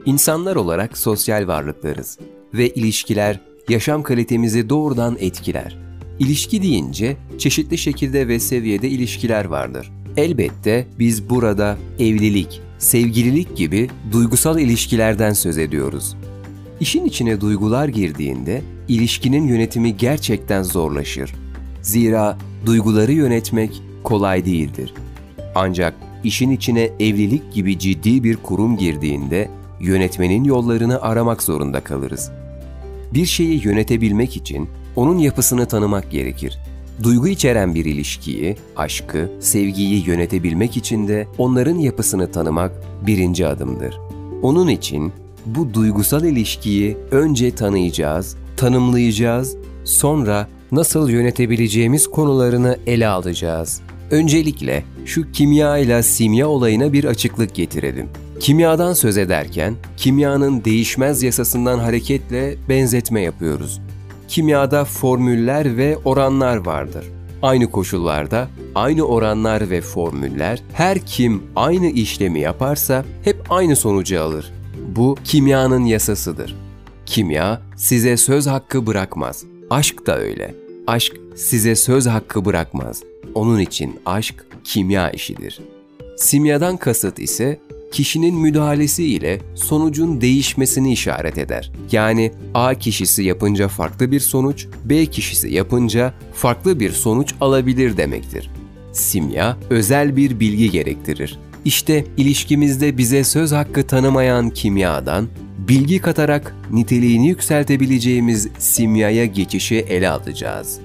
İnsanlar olarak sosyal varlıklarız ve ilişkiler yaşam kalitemizi doğrudan etkiler. İlişki deyince çeşitli şekilde ve seviyede ilişkiler vardır. Elbette biz burada evlilik, sevgililik gibi duygusal ilişkilerden söz ediyoruz. İşin içine duygular girdiğinde ilişkinin yönetimi gerçekten zorlaşır. Zira duyguları yönetmek kolay değildir. Ancak işin içine evlilik gibi ciddi bir kurum girdiğinde yönetmenin yollarını aramak zorunda kalırız. Bir şeyi yönetebilmek için onun yapısını tanımak gerekir. Duygu içeren bir ilişkiyi, aşkı, sevgiyi yönetebilmek için de onların yapısını tanımak birinci adımdır. Onun için bu duygusal ilişkiyi önce tanıyacağız, tanımlayacağız, sonra nasıl yönetebileceğimiz konularını ele alacağız. Öncelikle şu kimya ile simya olayına bir açıklık getirelim. Kimyadan söz ederken, kimyanın değişmez yasasından hareketle benzetme yapıyoruz. Kimyada formüller ve oranlar vardır. Aynı koşullarda, aynı oranlar ve formüller, her kim aynı işlemi yaparsa hep aynı sonucu alır. Bu kimyanın yasasıdır. Kimya size söz hakkı bırakmaz. Aşk da öyle. Aşk size söz hakkı bırakmaz. Onun için aşk kimya işidir. Simyadan kasıt ise kişinin müdahalesi ile sonucun değişmesini işaret eder. Yani A kişisi yapınca farklı bir sonuç, B kişisi yapınca farklı bir sonuç alabilir demektir. Simya özel bir bilgi gerektirir. İşte ilişkimizde bize söz hakkı tanımayan kimyadan bilgi katarak niteliğini yükseltebileceğimiz simyaya geçişi ele alacağız.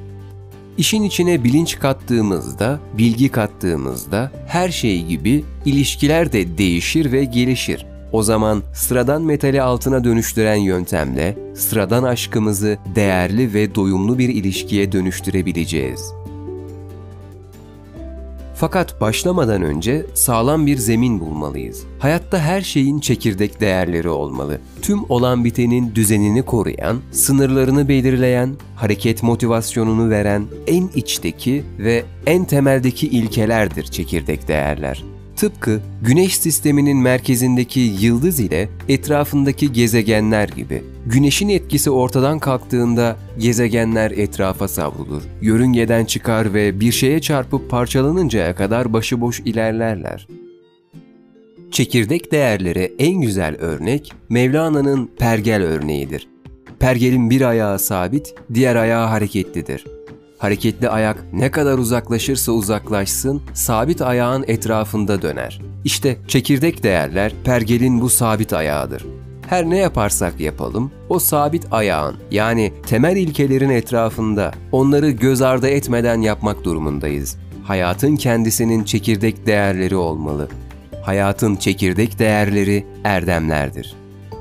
İşin içine bilinç kattığımızda, bilgi kattığımızda her şey gibi ilişkiler de değişir ve gelişir. O zaman sıradan metali altına dönüştüren yöntemle sıradan aşkımızı değerli ve doyumlu bir ilişkiye dönüştürebileceğiz. Fakat başlamadan önce sağlam bir zemin bulmalıyız. Hayatta her şeyin çekirdek değerleri olmalı. Tüm olan bitenin düzenini koruyan, sınırlarını belirleyen, hareket motivasyonunu veren en içteki ve en temeldeki ilkelerdir çekirdek değerler. Tıpkı Güneş sisteminin merkezindeki yıldız ile etrafındaki gezegenler gibi. Güneşin etkisi ortadan kalktığında gezegenler etrafa savrulur, yörüngeden çıkar ve bir şeye çarpıp parçalanıncaya kadar başıboş ilerlerler. Çekirdek değerlere en güzel örnek Mevlana'nın pergel örneğidir. Pergelin bir ayağı sabit, diğer ayağı hareketlidir. Hareketli ayak ne kadar uzaklaşırsa uzaklaşsın, sabit ayağın etrafında döner. İşte çekirdek değerler pergelin bu sabit ayağıdır. Her ne yaparsak yapalım, o sabit ayağın yani temel ilkelerin etrafında onları göz ardı etmeden yapmak durumundayız. Hayatın kendisinin çekirdek değerleri olmalı. Hayatın çekirdek değerleri erdemlerdir.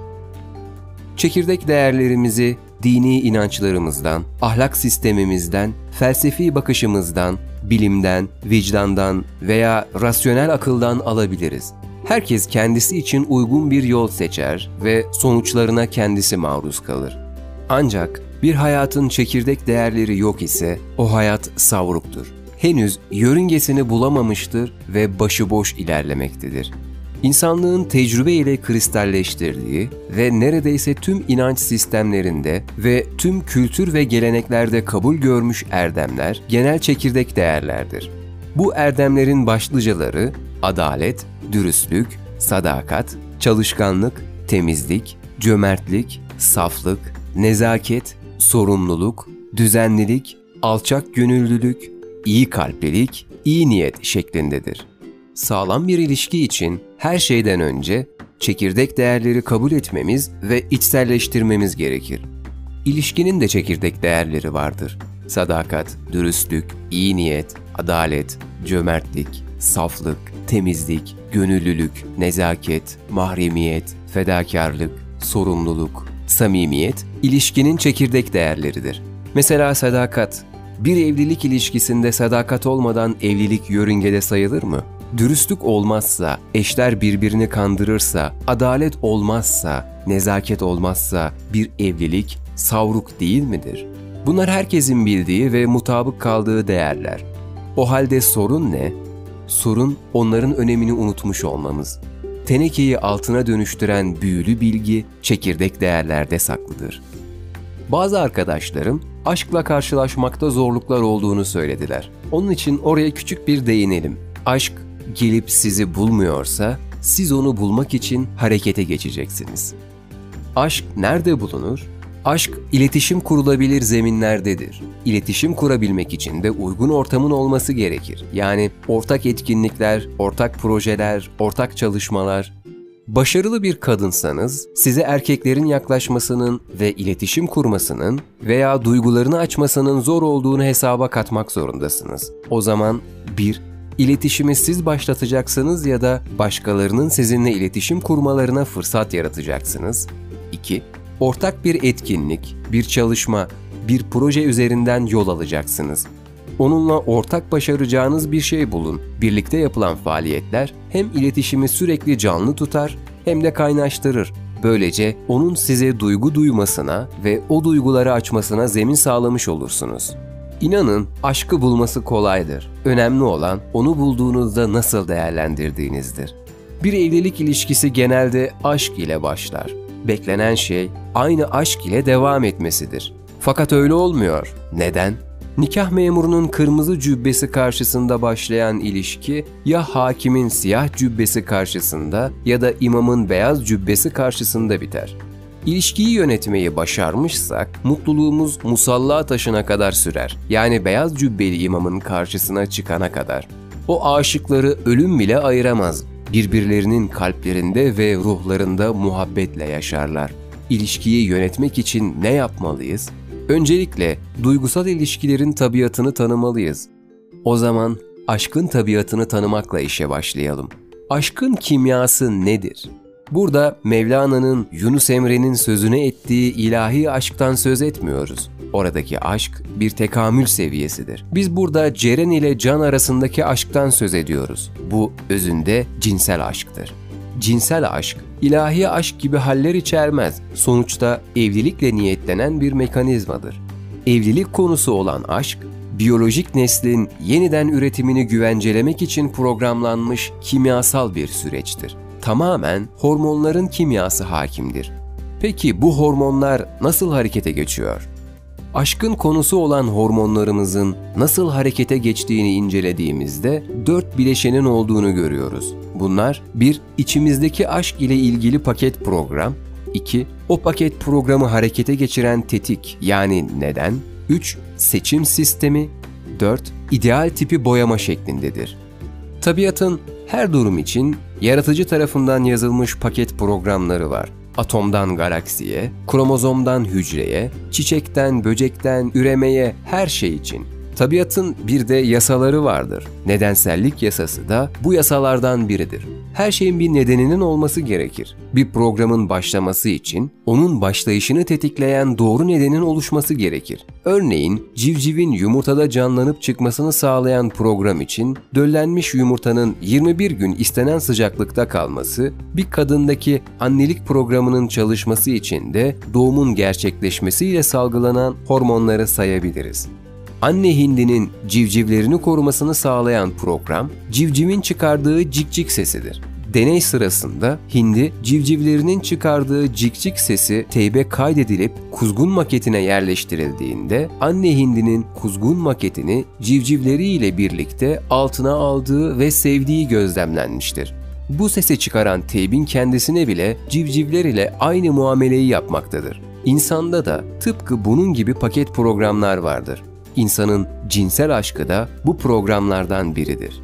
Çekirdek değerlerimizi dini inançlarımızdan, ahlak sistemimizden, felsefi bakışımızdan, bilimden, vicdandan veya rasyonel akıldan alabiliriz. Herkes kendisi için uygun bir yol seçer ve sonuçlarına kendisi maruz kalır. Ancak bir hayatın çekirdek değerleri yok ise o hayat savruktur. Henüz yörüngesini bulamamıştır ve başıboş ilerlemektedir. İnsanlığın tecrübe ile kristalleştirdiği ve neredeyse tüm inanç sistemlerinde ve tüm kültür ve geleneklerde kabul görmüş erdemler genel çekirdek değerlerdir. Bu erdemlerin başlıcaları adalet, dürüstlük, sadakat, çalışkanlık, temizlik, cömertlik, saflık, nezaket, sorumluluk, düzenlilik, alçak gönüllülük, iyi kalplilik, iyi niyet şeklindedir. Sağlam bir ilişki için her şeyden önce çekirdek değerleri kabul etmemiz ve içselleştirmemiz gerekir. İlişkinin de çekirdek değerleri vardır. Sadakat, dürüstlük, iyi niyet, adalet, cömertlik, saflık, temizlik, gönüllülük, nezaket, mahremiyet, fedakarlık, sorumluluk, samimiyet ilişkinin çekirdek değerleridir. Mesela sadakat. Bir evlilik ilişkisinde sadakat olmadan evlilik yörüngede sayılır mı? Dürüstlük olmazsa, eşler birbirini kandırırsa, adalet olmazsa, nezaket olmazsa bir evlilik savruk değil midir? Bunlar herkesin bildiği ve mutabık kaldığı değerler. O halde sorun ne? Sorun onların önemini unutmuş olmamız. tenekeyi altına dönüştüren büyülü bilgi çekirdek değerlerde saklıdır. Bazı arkadaşlarım aşkla karşılaşmakta zorluklar olduğunu söylediler. Onun için oraya küçük bir değinelim. Aşk gelip sizi bulmuyorsa siz onu bulmak için harekete geçeceksiniz. Aşk nerede bulunur? Aşk, iletişim kurulabilir zeminlerdedir. İletişim kurabilmek için de uygun ortamın olması gerekir. Yani ortak etkinlikler, ortak projeler, ortak çalışmalar. Başarılı bir kadınsanız, size erkeklerin yaklaşmasının ve iletişim kurmasının veya duygularını açmasının zor olduğunu hesaba katmak zorundasınız. O zaman 1. İletişimi siz başlatacaksınız ya da başkalarının sizinle iletişim kurmalarına fırsat yaratacaksınız. 2. Ortak bir etkinlik, bir çalışma, bir proje üzerinden yol alacaksınız. Onunla ortak başaracağınız bir şey bulun. Birlikte yapılan faaliyetler hem iletişimi sürekli canlı tutar hem de kaynaştırır. Böylece onun size duygu duymasına ve o duyguları açmasına zemin sağlamış olursunuz. İnanın aşkı bulması kolaydır. Önemli olan onu bulduğunuzda nasıl değerlendirdiğinizdir. Bir evlilik ilişkisi genelde aşk ile başlar. Beklenen şey aynı aşk ile devam etmesidir. Fakat öyle olmuyor. Neden? Nikah memurunun kırmızı cübbesi karşısında başlayan ilişki ya hakimin siyah cübbesi karşısında ya da imamın beyaz cübbesi karşısında biter. İlişkiyi yönetmeyi başarmışsak mutluluğumuz musalla taşına kadar sürer. Yani beyaz cübbeli imamın karşısına çıkana kadar. O aşıkları ölüm bile ayıramaz. Birbirlerinin kalplerinde ve ruhlarında muhabbetle yaşarlar. İlişkiyi yönetmek için ne yapmalıyız? Öncelikle duygusal ilişkilerin tabiatını tanımalıyız. O zaman aşkın tabiatını tanımakla işe başlayalım. Aşkın kimyası nedir? Burada Mevlana'nın Yunus Emre'nin sözüne ettiği ilahi aşktan söz etmiyoruz. Oradaki aşk bir tekamül seviyesidir. Biz burada Ceren ile Can arasındaki aşktan söz ediyoruz. Bu özünde cinsel aşktır. Cinsel aşk, ilahi aşk gibi haller içermez. Sonuçta evlilikle niyetlenen bir mekanizmadır. Evlilik konusu olan aşk, biyolojik neslin yeniden üretimini güvencelemek için programlanmış kimyasal bir süreçtir. Tamamen hormonların kimyası hakimdir. Peki bu hormonlar nasıl harekete geçiyor? Aşkın konusu olan hormonlarımızın nasıl harekete geçtiğini incelediğimizde 4 bileşenin olduğunu görüyoruz. Bunlar 1. İçimizdeki aşk ile ilgili paket program. 2. O paket programı harekete geçiren tetik yani neden. 3. Seçim sistemi. 4. İdeal tipi boyama şeklindedir. Tabiatın her durum için yaratıcı tarafından yazılmış paket programları var. Atomdan galaksiye, kromozomdan hücreye, çiçekten böcekten üremeye her şey için. Tabiatın bir de yasaları vardır. Nedensellik yasası da bu yasalardan biridir. Her şeyin bir nedeninin olması gerekir. Bir programın başlaması için onun başlayışını tetikleyen doğru nedenin oluşması gerekir. Örneğin civcivin yumurtada canlanıp çıkmasını sağlayan program için döllenmiş yumurtanın 21 gün istenen sıcaklıkta kalması, bir kadındaki annelik programının çalışması için de doğumun gerçekleşmesiyle salgılanan hormonları sayabiliriz. Anne hindinin civcivlerini korumasını sağlayan program, civcivin çıkardığı cik-cik sesidir. Deney sırasında hindi civcivlerinin çıkardığı cik-cik sesi teybe kaydedilip kuzgun maketine yerleştirildiğinde anne hindinin kuzgun maketini civcivleriyle birlikte altına aldığı ve sevdiği gözlemlenmiştir. Bu sesi çıkaran teybin kendisine bile civcivler ile aynı muameleyi yapmaktadır. İnsanda da tıpkı bunun gibi paket programlar vardır. İnsanın cinsel aşkı da bu programlardan biridir.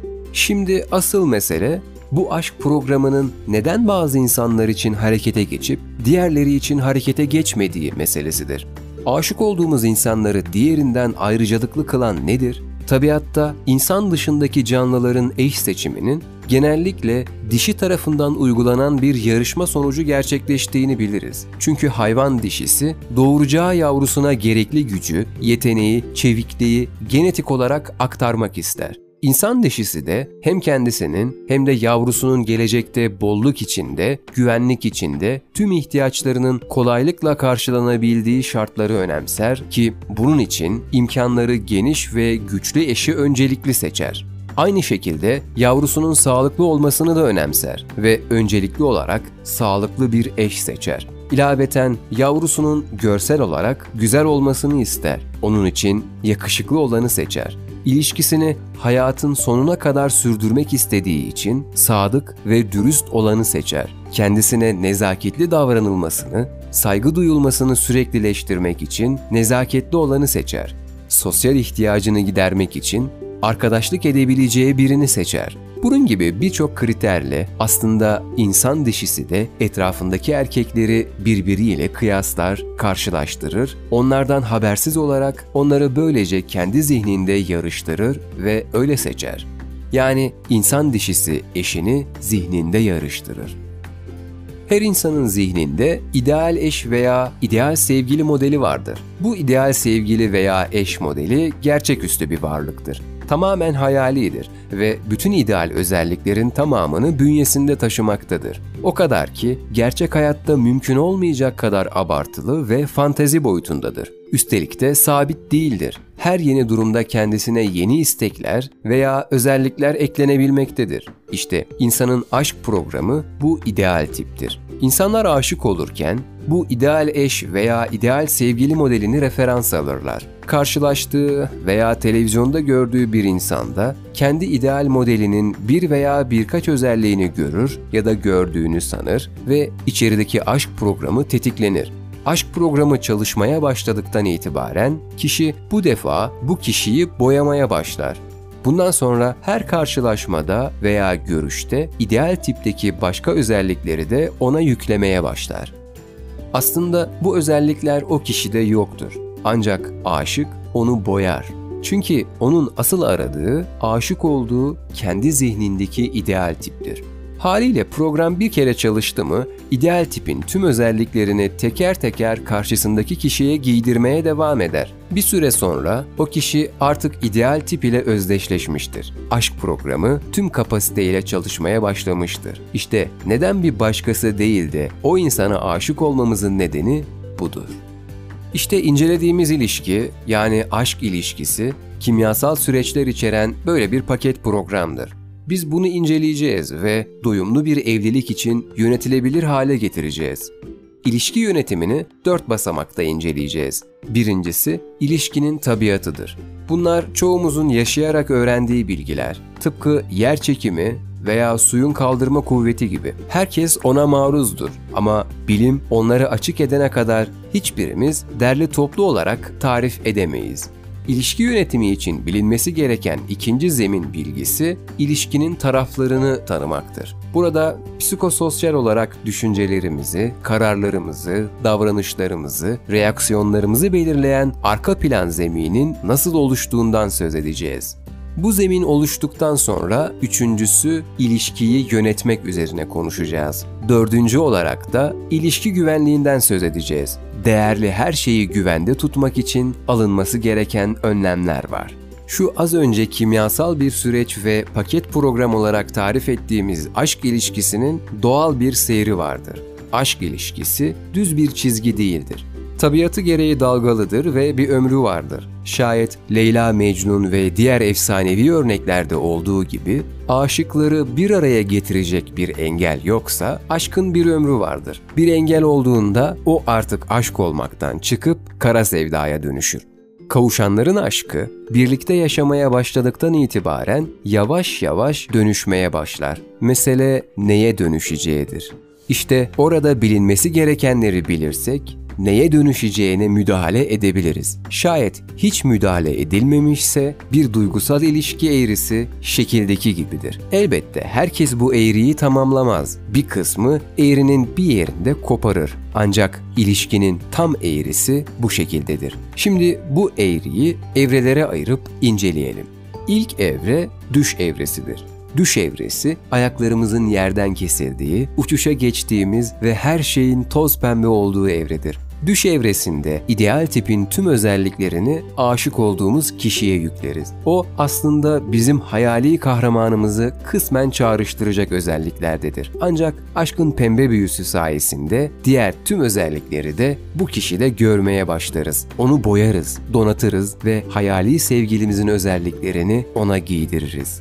Şimdi asıl mesele bu aşk programının neden bazı insanlar için harekete geçip diğerleri için harekete geçmediği meselesidir. Aşık olduğumuz insanları diğerinden ayrıcalıklı kılan nedir? Tabiatta insan dışındaki canlıların eş seçiminin genellikle dişi tarafından uygulanan bir yarışma sonucu gerçekleştiğini biliriz. Çünkü hayvan dişisi doğuracağı yavrusuna gerekli gücü, yeteneği, çevikliği genetik olarak aktarmak ister. İnsan dişisi de hem kendisinin hem de yavrusunun gelecekte bolluk içinde, güvenlik içinde tüm ihtiyaçlarının kolaylıkla karşılanabildiği şartları önemser ki bunun için imkanları geniş ve güçlü eşi öncelikli seçer. Aynı şekilde yavrusunun sağlıklı olmasını da önemser ve öncelikli olarak sağlıklı bir eş seçer. İlaveten yavrusunun görsel olarak güzel olmasını ister. Onun için yakışıklı olanı seçer. İlişkisini hayatın sonuna kadar sürdürmek istediği için sadık ve dürüst olanı seçer. Kendisine nezaketli davranılmasını, saygı duyulmasını süreklileştirmek için nezaketli olanı seçer. Sosyal ihtiyacını gidermek için arkadaşlık edebileceği birini seçer. Bunun gibi birçok kriterle aslında insan dişisi de etrafındaki erkekleri birbiriyle kıyaslar, karşılaştırır, onlardan habersiz olarak onları böylece kendi zihninde yarıştırır ve öyle seçer. Yani insan dişisi eşini zihninde yarıştırır. Her insanın zihninde ideal eş veya ideal sevgili modeli vardır. Bu ideal sevgili veya eş modeli gerçeküstü bir varlıktır. Tamamen hayalidir ve bütün ideal özelliklerin tamamını bünyesinde taşımaktadır. O kadar ki gerçek hayatta mümkün olmayacak kadar abartılı ve fantezi boyutundadır. Üstelik de sabit değildir. Her yeni durumda kendisine yeni istekler veya özellikler eklenebilmektedir. İşte insanın aşk programı bu ideal tiptir. İnsanlar aşık olurken bu ideal eş veya ideal sevgili modelini referans alırlar. Karşılaştığı veya televizyonda gördüğü bir insanda kendi ideal modelinin bir veya birkaç özelliğini görür ya da gördüğünü sanır ve içerideki aşk programı tetiklenir. Aşk programı çalışmaya başladıktan itibaren kişi bu defa bu kişiyi boyamaya başlar. Bundan sonra her karşılaşmada veya görüşte ideal tipteki başka özellikleri de ona yüklemeye başlar. Aslında bu özellikler o kişide yoktur. Ancak aşık onu boyar. Çünkü onun asıl aradığı, aşık olduğu kendi zihnindeki ideal tiptir. Haliyle program bir kere çalıştı mı, ideal tipin tüm özelliklerini teker teker karşısındaki kişiye giydirmeye devam eder. Bir süre sonra o kişi artık ideal tip ile özdeşleşmiştir. Aşk programı tüm kapasiteyle çalışmaya başlamıştır. İşte neden bir başkası değil de o insana aşık olmamızın nedeni budur. İşte incelediğimiz ilişki, yani aşk ilişkisi, kimyasal süreçler içeren böyle bir paket programdır. Biz bunu inceleyeceğiz ve doyumlu bir evlilik için yönetilebilir hale getireceğiz. İlişki yönetimini 4 basamakta inceleyeceğiz. Birincisi, ilişkinin tabiatıdır. Bunlar çoğumuzun yaşayarak öğrendiği bilgiler. Tıpkı yer çekimi veya suyun kaldırma kuvveti gibi. Herkes ona maruzdur ama bilim onları açık edene kadar hiçbirimiz derli toplu olarak tarif edemeyiz. İlişki yönetimi için bilinmesi gereken ikinci zemin bilgisi, ilişkinin taraflarını tanımaktır. Burada psikososyal olarak düşüncelerimizi, kararlarımızı, davranışlarımızı, reaksiyonlarımızı belirleyen arka plan zeminin nasıl oluştuğundan söz edeceğiz. Bu zemin oluştuktan sonra üçüncüsü ilişkiyi yönetmek üzerine konuşacağız. Dördüncü olarak da ilişki güvenliğinden söz edeceğiz. Değerli her şeyi güvende tutmak için alınması gereken önlemler var. Şu az önce kimyasal bir süreç ve paket program olarak tarif ettiğimiz aşk ilişkisinin doğal bir seyri vardır. Aşk ilişkisi düz bir çizgi değildir. Tabiatı gereği dalgalıdır ve bir ömrü vardır. Şayet Leyla, Mecnun ve diğer efsanevi örneklerde olduğu gibi aşıkları bir araya getirecek bir engel yoksa aşkın bir ömrü vardır. Bir engel olduğunda o artık aşk olmaktan çıkıp kara sevdaya dönüşür. Kavuşanların aşkı birlikte yaşamaya başladıktan itibaren yavaş yavaş dönüşmeye başlar. Mesele neye dönüşeceğidir. İşte orada bilinmesi gerekenleri bilirsek neye dönüşeceğine müdahale edebiliriz. Şayet hiç müdahale edilmemişse bir duygusal ilişki eğrisi şekildeki gibidir. Elbette herkes bu eğriyi tamamlamaz. Bir kısmı eğrinin bir yerinde koparır. Ancak ilişkinin tam eğrisi bu şekildedir. Şimdi bu eğriyi evrelere ayırıp inceleyelim. İlk evre düş evresidir. Düş evresi, ayaklarımızın yerden kesildiği, uçuşa geçtiğimiz ve her şeyin toz pembe olduğu evredir. Düş evresinde ideal tipin tüm özelliklerini aşık olduğumuz kişiye yükleriz. O aslında bizim hayali kahramanımızı kısmen çağrıştıracak özelliklerdedir. Ancak aşkın pembe büyüsü sayesinde diğer tüm özellikleri de bu kişide görmeye başlarız. Onu boyarız, donatırız ve hayali sevgilimizin özelliklerini ona giydiririz.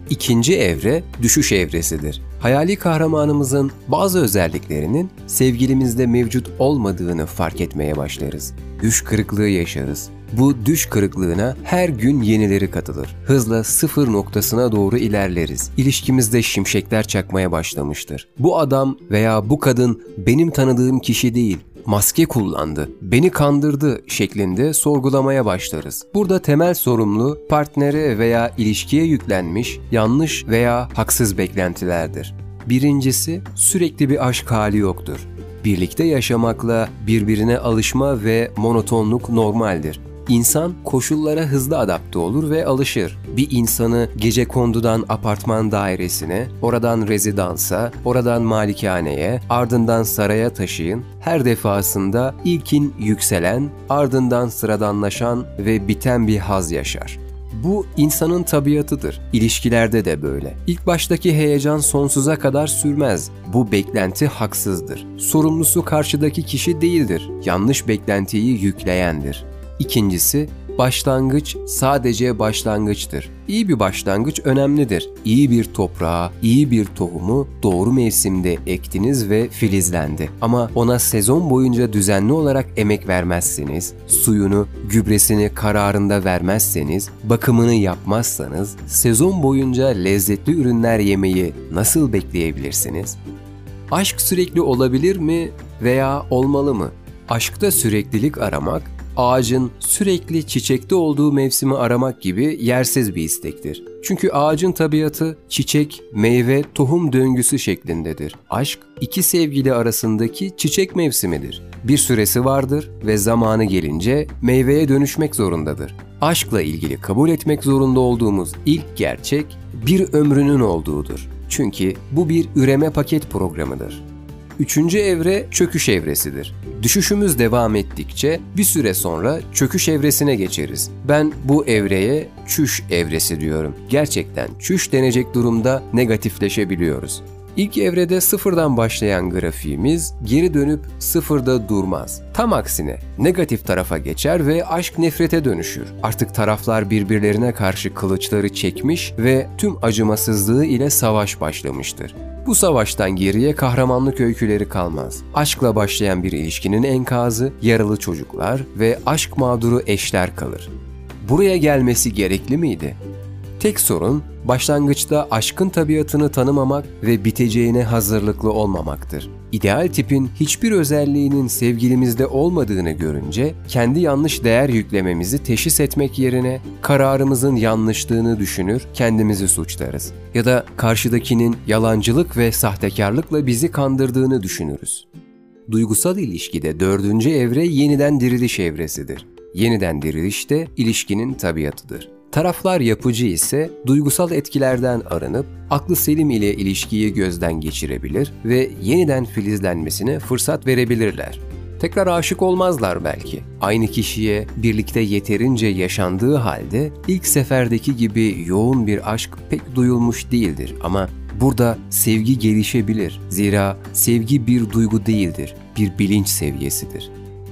İkinci evre düşüş evresidir. Hayali kahramanımızın bazı özelliklerinin sevgilimizde mevcut olmadığını fark etmeye başlarız. Düş kırıklığı yaşarız. Bu düş kırıklığına her gün yenileri katılır. Hızla sıfır noktasına doğru ilerleriz. İlişkimizde şimşekler çakmaya başlamıştır. Bu adam veya bu kadın benim tanıdığım kişi değil. Maske kullandı, beni kandırdı şeklinde sorgulamaya başlarız. Burada temel sorumlu partnere veya ilişkiye yüklenmiş yanlış veya haksız beklentilerdir. Birincisi, sürekli bir aşk hali yoktur. Birlikte yaşamakla birbirine alışma ve monotonluk normaldir. İnsan koşullara hızlı adapte olur ve alışır. Bir insanı gecekondudan apartman dairesine, oradan rezidansa, oradan malikaneye, ardından saraya taşıyın. Her defasında ilkin yükselen, ardından sıradanlaşan ve biten bir haz yaşar. Bu insanın tabiatıdır. İlişkilerde de böyle. İlk baştaki heyecan sonsuza kadar sürmez. Bu beklenti haksızdır. Sorumlusu karşıdaki kişi değildir. Yanlış beklentiyi yükleyendir. İkincisi, başlangıç sadece başlangıçtır. İyi bir başlangıç önemlidir. İyi bir toprağa, iyi bir tohumu doğru mevsimde ektiniz ve filizlendi. Ama ona sezon boyunca düzenli olarak emek vermezseniz, suyunu, gübresini kararında vermezseniz, bakımını yapmazsanız, sezon boyunca lezzetli ürünler yemeyi nasıl bekleyebilirsiniz? Aşk sürekli olabilir mi veya olmalı mı? Aşkta süreklilik aramak, ağacın sürekli çiçekte olduğu mevsimi aramak gibi yersiz bir istektir. Çünkü ağacın tabiatı çiçek, meyve, tohum döngüsü şeklindedir. Aşk, iki sevgili arasındaki çiçek mevsimidir. Bir süresi vardır ve zamanı gelince meyveye dönüşmek zorundadır. Aşkla ilgili kabul etmek zorunda olduğumuz ilk gerçek, bir ömrünün olduğudur. Çünkü bu bir üreme paket programıdır. Üçüncü evre çöküş evresidir. Düşüşümüz devam ettikçe bir süre sonra çöküş evresine geçeriz. Ben bu evreye çüş evresi diyorum. Gerçekten çüş denecek durumda negatifleşebiliyoruz. İlk evrede sıfırdan başlayan grafiğimiz geri dönüp sıfırda durmaz. Tam aksine negatif tarafa geçer ve aşk nefrete dönüşür. Artık taraflar birbirlerine karşı kılıçları çekmiş ve tüm acımasızlığı ile savaş başlamıştır. Bu savaştan geriye kahramanlık öyküleri kalmaz. Aşkla başlayan bir ilişkinin enkazı, yaralı çocuklar ve aşk mağduru eşler kalır. Buraya gelmesi gerekli miydi? Tek sorun, başlangıçta aşkın tabiatını tanımamak ve biteceğine hazırlıklı olmamaktır. İdeal tipin hiçbir özelliğinin sevgilimizde olmadığını görünce, kendi yanlış değer yüklememizi teşhis etmek yerine kararımızın yanlışlığını düşünür, kendimizi suçlarız. Ya da karşıdakinin yalancılık ve sahtekarlıkla bizi kandırdığını düşünürüz. Duygusal ilişkide dördüncü evre yeniden diriliş evresidir. Yeniden diriliş de ilişkinin tabiatıdır. Taraflar yapıcı ise duygusal etkilerden arınıp aklı selim ile ilişkiyi gözden geçirebilir ve yeniden filizlenmesine fırsat verebilirler. Tekrar aşık olmazlar belki. Aynı kişiye birlikte yeterince yaşandığı halde ilk seferdeki gibi yoğun bir aşk pek duyulmuş değildir ama burada sevgi gelişebilir. Zira sevgi bir duygu değildir, bir bilinç seviyesidir.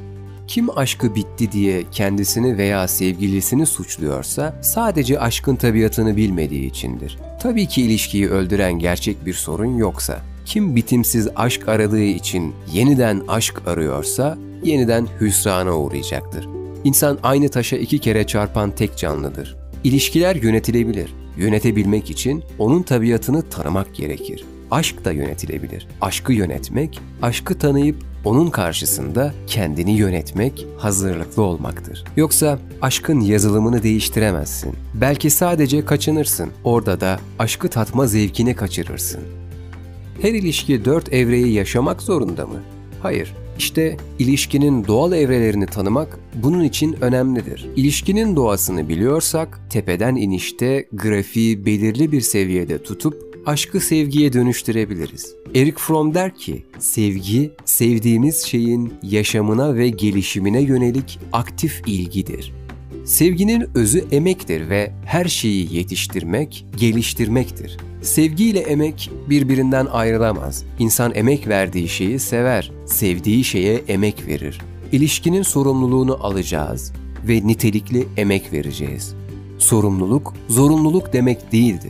Kim aşkı bitti diye kendisini veya sevgilisini suçluyorsa sadece aşkın tabiatını bilmediği içindir. Tabii ki ilişkiyi öldüren gerçek bir sorun yoksa. Kim bitimsiz aşk aradığı için yeniden aşk arıyorsa yeniden hüsrana uğrayacaktır. İnsan aynı taşa iki kere çarpan tek canlıdır. İlişkiler yönetilebilir. Yönetebilmek için onun tabiatını tanımak gerekir. Aşk da yönetilebilir. Aşkı yönetmek, aşkı tanıyıp onun karşısında kendini yönetmek, hazırlıklı olmaktır. Yoksa aşkın yazılımını değiştiremezsin. Belki sadece kaçınırsın. Orada da aşkı tatma zevkini kaçırırsın. Her ilişki 4 evreyi yaşamak zorunda mı? Hayır. İşte ilişkinin doğal evrelerini tanımak bunun için önemlidir. İlişkinin doğasını biliyorsak tepeden inişte grafiği belirli bir seviyede tutup aşkı sevgiye dönüştürebiliriz. Erich Fromm der ki, sevgi, sevdiğimiz şeyin yaşamına ve gelişimine yönelik aktif ilgidir. Sevginin özü emektir ve her şeyi yetiştirmek, geliştirmektir. Sevgi ile emek birbirinden ayrılamaz. İnsan emek verdiği şeyi sever, sevdiği şeye emek verir. İlişkinin sorumluluğunu alacağız ve nitelikli emek vereceğiz. Sorumluluk, zorunluluk demek değildir.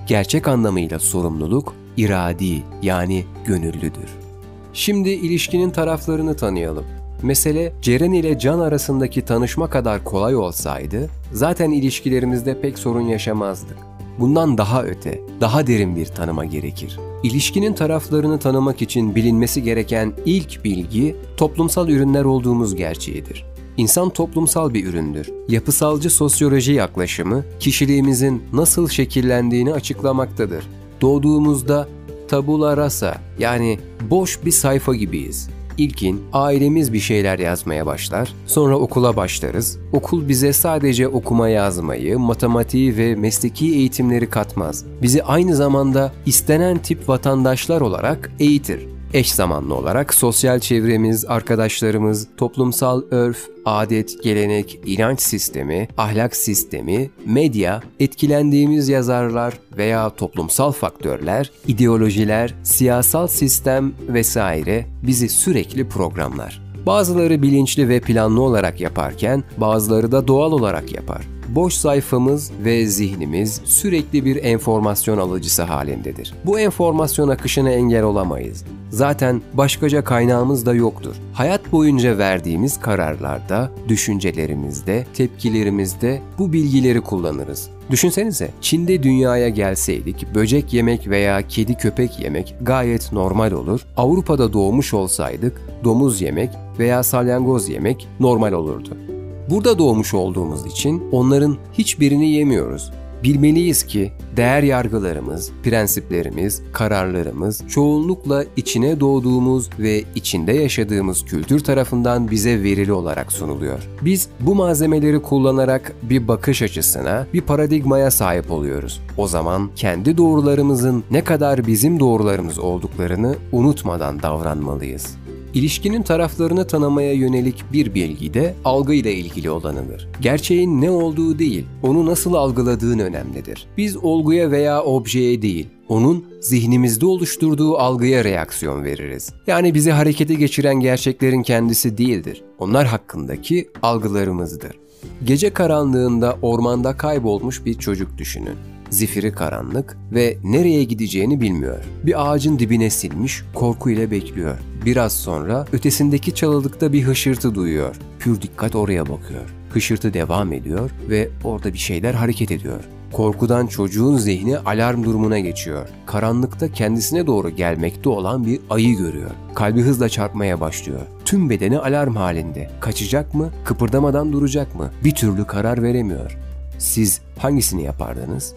Gerçek anlamıyla sorumluluk, iradi yani gönüllüdür. Şimdi ilişkinin taraflarını tanıyalım. Mesele Ceren ile Can arasındaki tanışma kadar kolay olsaydı zaten ilişkilerimizde pek sorun yaşamazdık. Bundan daha öte, daha derin bir tanıma gerekir. İlişkinin taraflarını tanımak için bilinmesi gereken ilk bilgi toplumsal ürünler olduğumuz gerçeğidir. İnsan toplumsal bir üründür. Yapısalcı sosyoloji yaklaşımı kişiliğimizin nasıl şekillendiğini açıklamaktadır. Doğduğumuzda tabula rasa yani boş bir sayfa gibiyiz. İlkin ailemiz bir şeyler yazmaya başlar, sonra okula başlarız. Okul bize sadece okuma yazmayı, matematiği ve mesleki eğitimleri katmaz. Bizi aynı zamanda istenen tip vatandaşlar olarak eğitir. Eş zamanlı olarak sosyal çevremiz, arkadaşlarımız, toplumsal örf, adet, gelenek, inanç sistemi, ahlak sistemi, medya, etkilendiğimiz yazarlar veya toplumsal faktörler, ideolojiler, siyasal sistem vesaire bizi sürekli programlar. Bazıları bilinçli ve planlı olarak yaparken bazıları da doğal olarak yapar. Boş sayfamız ve zihnimiz sürekli bir enformasyon alıcısı halindedir. Bu enformasyon akışına engel olamayız. Zaten başkaca kaynağımız da yoktur. Hayat boyunca verdiğimiz kararlarda, düşüncelerimizde, tepkilerimizde bu bilgileri kullanırız. Düşünsenize, Çin'de dünyaya gelseydik, böcek yemek veya kedi köpek yemek gayet normal olur. Avrupa'da doğmuş olsaydık, domuz yemek veya salyangoz yemek normal olurdu. Burada doğmuş olduğumuz için onların hiçbirini yemiyoruz. Bilmeliyiz ki değer yargılarımız, prensiplerimiz, kararlarımız çoğunlukla içine doğduğumuz ve içinde yaşadığımız kültür tarafından bize verili olarak sunuluyor. Biz bu malzemeleri kullanarak bir bakış açısına, bir paradigmaya sahip oluyoruz. O zaman kendi doğrularımızın ne kadar bizim doğrularımız olduklarını unutmadan davranmalıyız. İlişkinin taraflarını tanımaya yönelik bir bilgi de algıyla ilgili olanıdır. Gerçeğin ne olduğu değil, onu nasıl algıladığın önemlidir. Biz olguya veya objeye değil, onun zihnimizde oluşturduğu algıya reaksiyon veririz. Yani bizi harekete geçiren gerçeklerin kendisi değildir. Onlar hakkındaki algılarımızdır. Gece karanlığında ormanda kaybolmuş bir çocuk düşünün. Zifiri karanlık ve nereye gideceğini bilmiyor. Bir ağacın dibine silmiş, korkuyla bekliyor. Biraz sonra ötesindeki çalılıkta bir hışırtı duyuyor. Pür dikkat oraya bakıyor. Hışırtı devam ediyor ve orada bir şeyler hareket ediyor. Korkudan çocuğun zihni alarm durumuna geçiyor. Karanlıkta kendisine doğru gelmekte olan bir ayı görüyor. Kalbi hızla çarpmaya başlıyor. Tüm bedeni alarm halinde. Kaçacak mı, kıpırdamadan duracak mı? Bir türlü karar veremiyor. Siz hangisini yapardınız?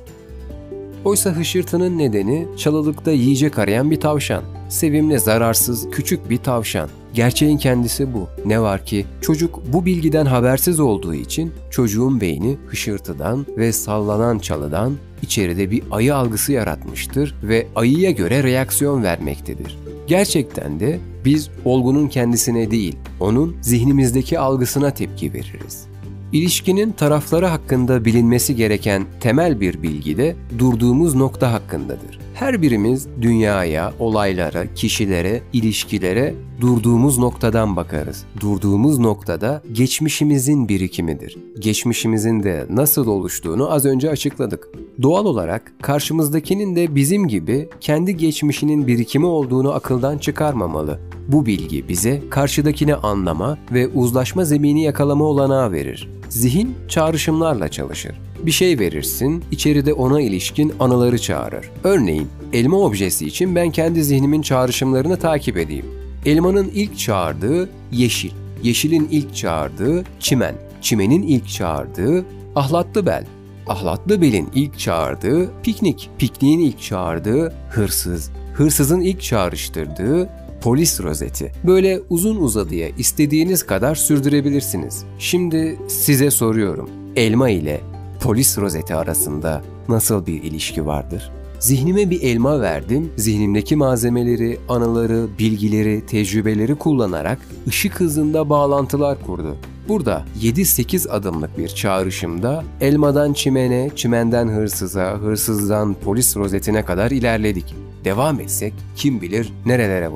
Oysa hışırtının nedeni çalılıkta yiyecek arayan bir tavşan. Sevimli, zararsız, küçük bir tavşan. Gerçeğin kendisi bu. Ne var ki çocuk bu bilgiden habersiz olduğu için çocuğun beyni hışırtıdan ve sallanan çalıdan içeride bir ayı algısı yaratmıştır ve ayıya göre reaksiyon vermektedir. Gerçekten de biz olgunun kendisine değil, onun zihnimizdeki algısına tepki veririz. İlişkinin tarafları hakkında bilinmesi gereken temel bir bilgi de durduğumuz nokta hakkındadır. Her birimiz dünyaya, olaylara, kişilere, ilişkilere durduğumuz noktadan bakarız. Durduğumuz noktada geçmişimizin birikimidir. Geçmişimizin de nasıl oluştuğunu az önce açıkladık. Doğal olarak karşımızdakinin de bizim gibi kendi geçmişinin birikimi olduğunu akıldan çıkarmamalı. Bu bilgi bize karşıdakini anlama ve uzlaşma zemini yakalama olanağı verir. Zihin çağrışımlarla çalışır. Bir şey verirsin, içeride ona ilişkin anıları çağırır. Örneğin, elma objesi için ben kendi zihnimin çağrışımlarını takip edeyim. Elmanın ilk çağırdığı yeşil, yeşilin ilk çağırdığı çimen, çimenin ilk çağırdığı ahlatlı bel, ahlatlı belin ilk çağırdığı piknik, pikniğin ilk çağırdığı hırsız, hırsızın ilk çağrıştırdığı polis rozeti. Böyle uzun uzadıya istediğiniz kadar sürdürebilirsiniz. Şimdi size soruyorum. Elma ile polis rozeti arasında nasıl bir ilişki vardır? Zihnime bir elma verdim. Zihnimdeki malzemeleri, anıları, bilgileri, tecrübeleri kullanarak ışık hızında bağlantılar kurdu. Burada 7-8 adımlık bir çağrışımda elmadan çimene, çimenden hırsıza, hırsızdan polis rozetine kadar ilerledik. Devam etsek kim bilir nerelere varır.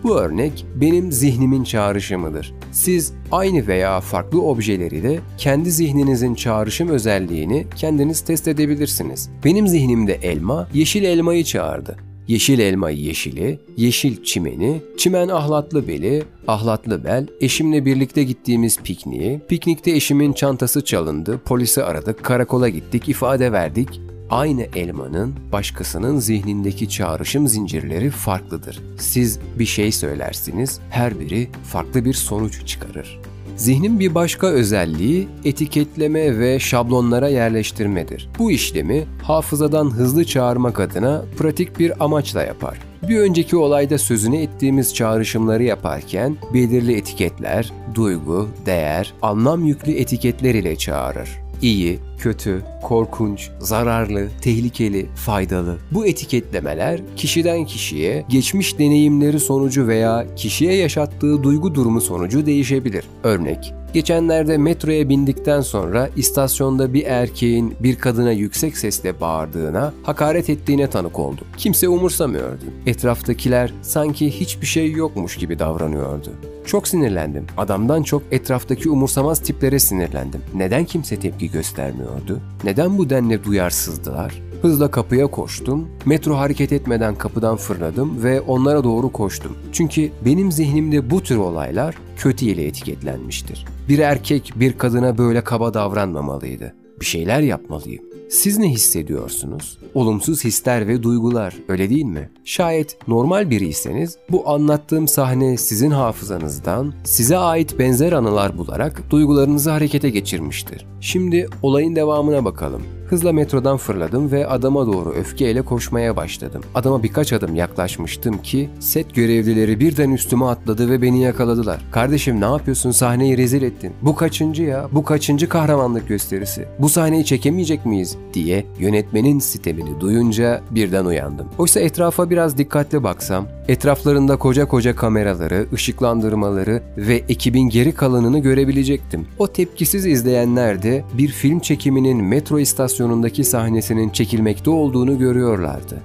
Bu örnek benim zihnimin çağrışımıdır. Siz aynı veya farklı objeleri de kendi zihninizin çağrışım özelliğini kendiniz test edebilirsiniz. Benim zihnimde elma, yeşil elmayı çağırdı. Yeşil elma yeşili, yeşil çimeni, çimen ahlatlı beli, ahlatlı bel, eşimle birlikte gittiğimiz pikniği, piknikte eşimin çantası çalındı, polisi aradık, karakola gittik, ifade verdik. Aynı elmanın başkasının zihnindeki çağrışım zincirleri farklıdır. Siz bir şey söylersiniz, her biri farklı bir sonuç çıkarır. Zihnin bir başka özelliği etiketleme ve şablonlara yerleştirmedir. Bu işlemi hafızadan hızlı çağırmak adına pratik bir amaçla yapar. Bir önceki olayda sözünü ettiğimiz çağrışımları yaparken belirli etiketler, duygu, değer, anlam yüklü etiketler ile çağırır. İyi, kötü, korkunç, zararlı, tehlikeli, faydalı. Bu etiketlemeler kişiden kişiye, geçmiş deneyimleri sonucu veya kişiye yaşattığı duygu durumu sonucu değişebilir. Örnek, geçenlerde metroya bindikten sonra istasyonda bir erkeğin bir kadına yüksek sesle bağırdığına, hakaret ettiğine tanık oldum. Kimse umursamıyordu. Etraftakiler sanki hiçbir şey yokmuş gibi davranıyordu. Çok sinirlendim. Adamdan çok etraftaki umursamaz tiplere sinirlendim. Neden kimse tepki göstermiyordu? Neden bu denli duyarsızdılar? Hızla kapıya koştum. Metro hareket etmeden kapıdan fırladım ve onlara doğru koştum. Çünkü benim zihnimde bu tür olaylar kötü ile etiketlenmiştir. Bir erkek bir kadına böyle kaba davranmamalıydı. Bir şeyler yapmalıyım. Siz ne hissediyorsunuz? Olumsuz hisler ve duygular, öyle değil mi? Şayet normal biriyseniz bu anlattığım sahne sizin hafızanızdan size ait benzer anılar bularak duygularınızı harekete geçirmiştir. Şimdi olayın devamına bakalım. Hızla metrodan fırladım ve adama doğru öfkeyle koşmaya başladım. Adama birkaç adım yaklaşmıştım ki set görevlileri birden üstüme atladı ve beni yakaladılar. "Kardeşim ne yapıyorsun? Sahneyi rezil ettin. Bu kaçıncı ya? Bu kaçıncı kahramanlık gösterisi? Bu sahneyi çekemeyecek miyiz?" diye yönetmenin sitemini duyunca birden uyandım. Oysa etrafa biraz dikkatli baksam, etraflarında koca koca kameraları, ışıklandırmaları ve ekibin geri kalanını görebilecektim. O tepkisiz izleyenler de bir film çekiminin metro istasyonundaki sahnesinin çekilmekte olduğunu görüyorlardı.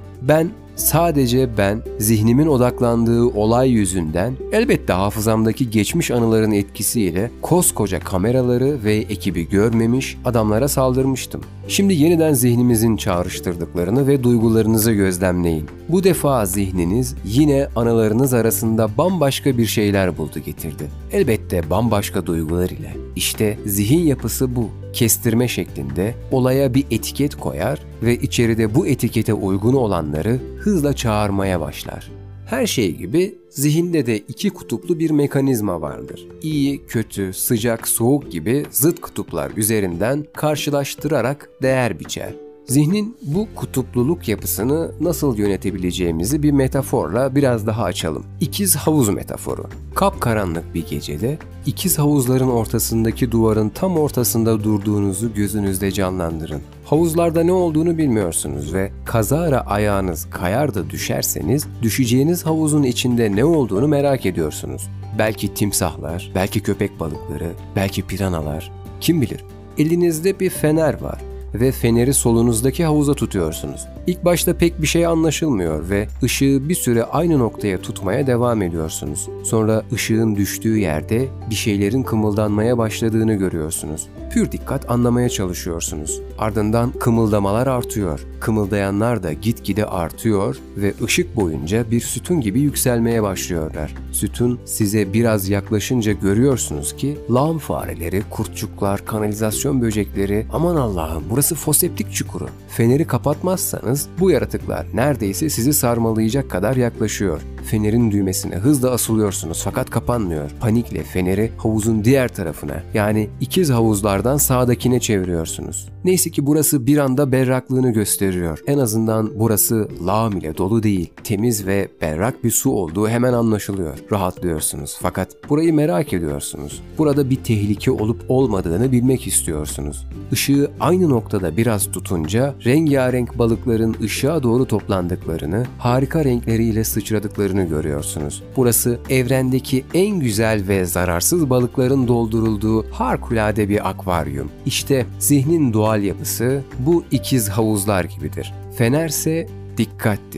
Sadece ben zihnimin odaklandığı olay yüzünden elbette hafızamdaki geçmiş anıların etkisiyle koskoca kameraları ve ekibi görmemiş adamlara saldırmıştım. Şimdi yeniden zihnimizin çağrıştırdıklarını ve duygularınızı gözlemleyin. Bu defa zihniniz yine anılarınız arasında bambaşka bir şeyler buldu getirdi. Elbette bambaşka duygular ile. İşte zihin yapısı bu. Kestirme şeklinde olaya bir etiket koyar ve içeride bu etikete uygun olanları hızla çağırmaya başlar. Her şey gibi zihinde de iki kutuplu bir mekanizma vardır. İyi, kötü, sıcak, soğuk gibi zıt kutuplar üzerinden karşılaştırarak değer biçer. Zihnin bu kutupluluk yapısını nasıl yönetebileceğimizi bir metaforla biraz daha açalım. İkiz havuz metaforu. Kapkaranlık bir gecede ikiz havuzların ortasındaki duvarın tam ortasında durduğunuzu gözünüzde canlandırın. Havuzlarda ne olduğunu bilmiyorsunuz ve kazara ayağınız kayar da düşerseniz düşeceğiniz havuzun içinde ne olduğunu merak ediyorsunuz. Belki timsahlar, belki köpek balıkları, belki piranalar, kim bilir. Elinizde bir fener var ve feneri solunuzdaki havuza tutuyorsunuz. İlk başta pek bir şey anlaşılmıyor ve ışığı bir süre aynı noktaya tutmaya devam ediyorsunuz. Sonra ışığın düştüğü yerde bir şeylerin kımıldanmaya başladığını görüyorsunuz. Pür dikkat anlamaya çalışıyorsunuz. Ardından kımıldamalar artıyor. Kımıldayanlar da gitgide artıyor ve ışık boyunca bir sütun gibi yükselmeye başlıyorlar. Sütun size biraz yaklaşınca görüyorsunuz ki lağım fareleri, kurtçuklar, kanalizasyon böcekleri, aman Allah'ım burası foseptik çukuru. Feneri kapatmazsanız bu yaratıklar neredeyse sizi sarmalayacak kadar yaklaşıyor. Fenerin düğmesine hızla asılıyorsunuz fakat kapanmıyor. Panikle feneri havuzun diğer tarafına, yani ikiz havuzlardan sağdakine çeviriyorsunuz. Neyse ki burası bir anda berraklığını gösteriyor. En azından burası lağım ile dolu değil. Temiz ve berrak bir su olduğu hemen anlaşılıyor. Rahatlıyorsunuz fakat burayı merak ediyorsunuz. Burada bir tehlike olup olmadığını bilmek istiyorsunuz. Işığı aynı noktada biraz tutunca rengarenk balıkların ışığa doğru toplandıklarını, harika renkleriyle sıçradıklarını görüyorsunuz. Burası evrendeki en güzel ve zararsız balıkların doldurulduğu harikulade bir akvaryum. İşte zihnin doğal yapısı bu ikiz havuzlar gibidir. Fenerse dikkattir.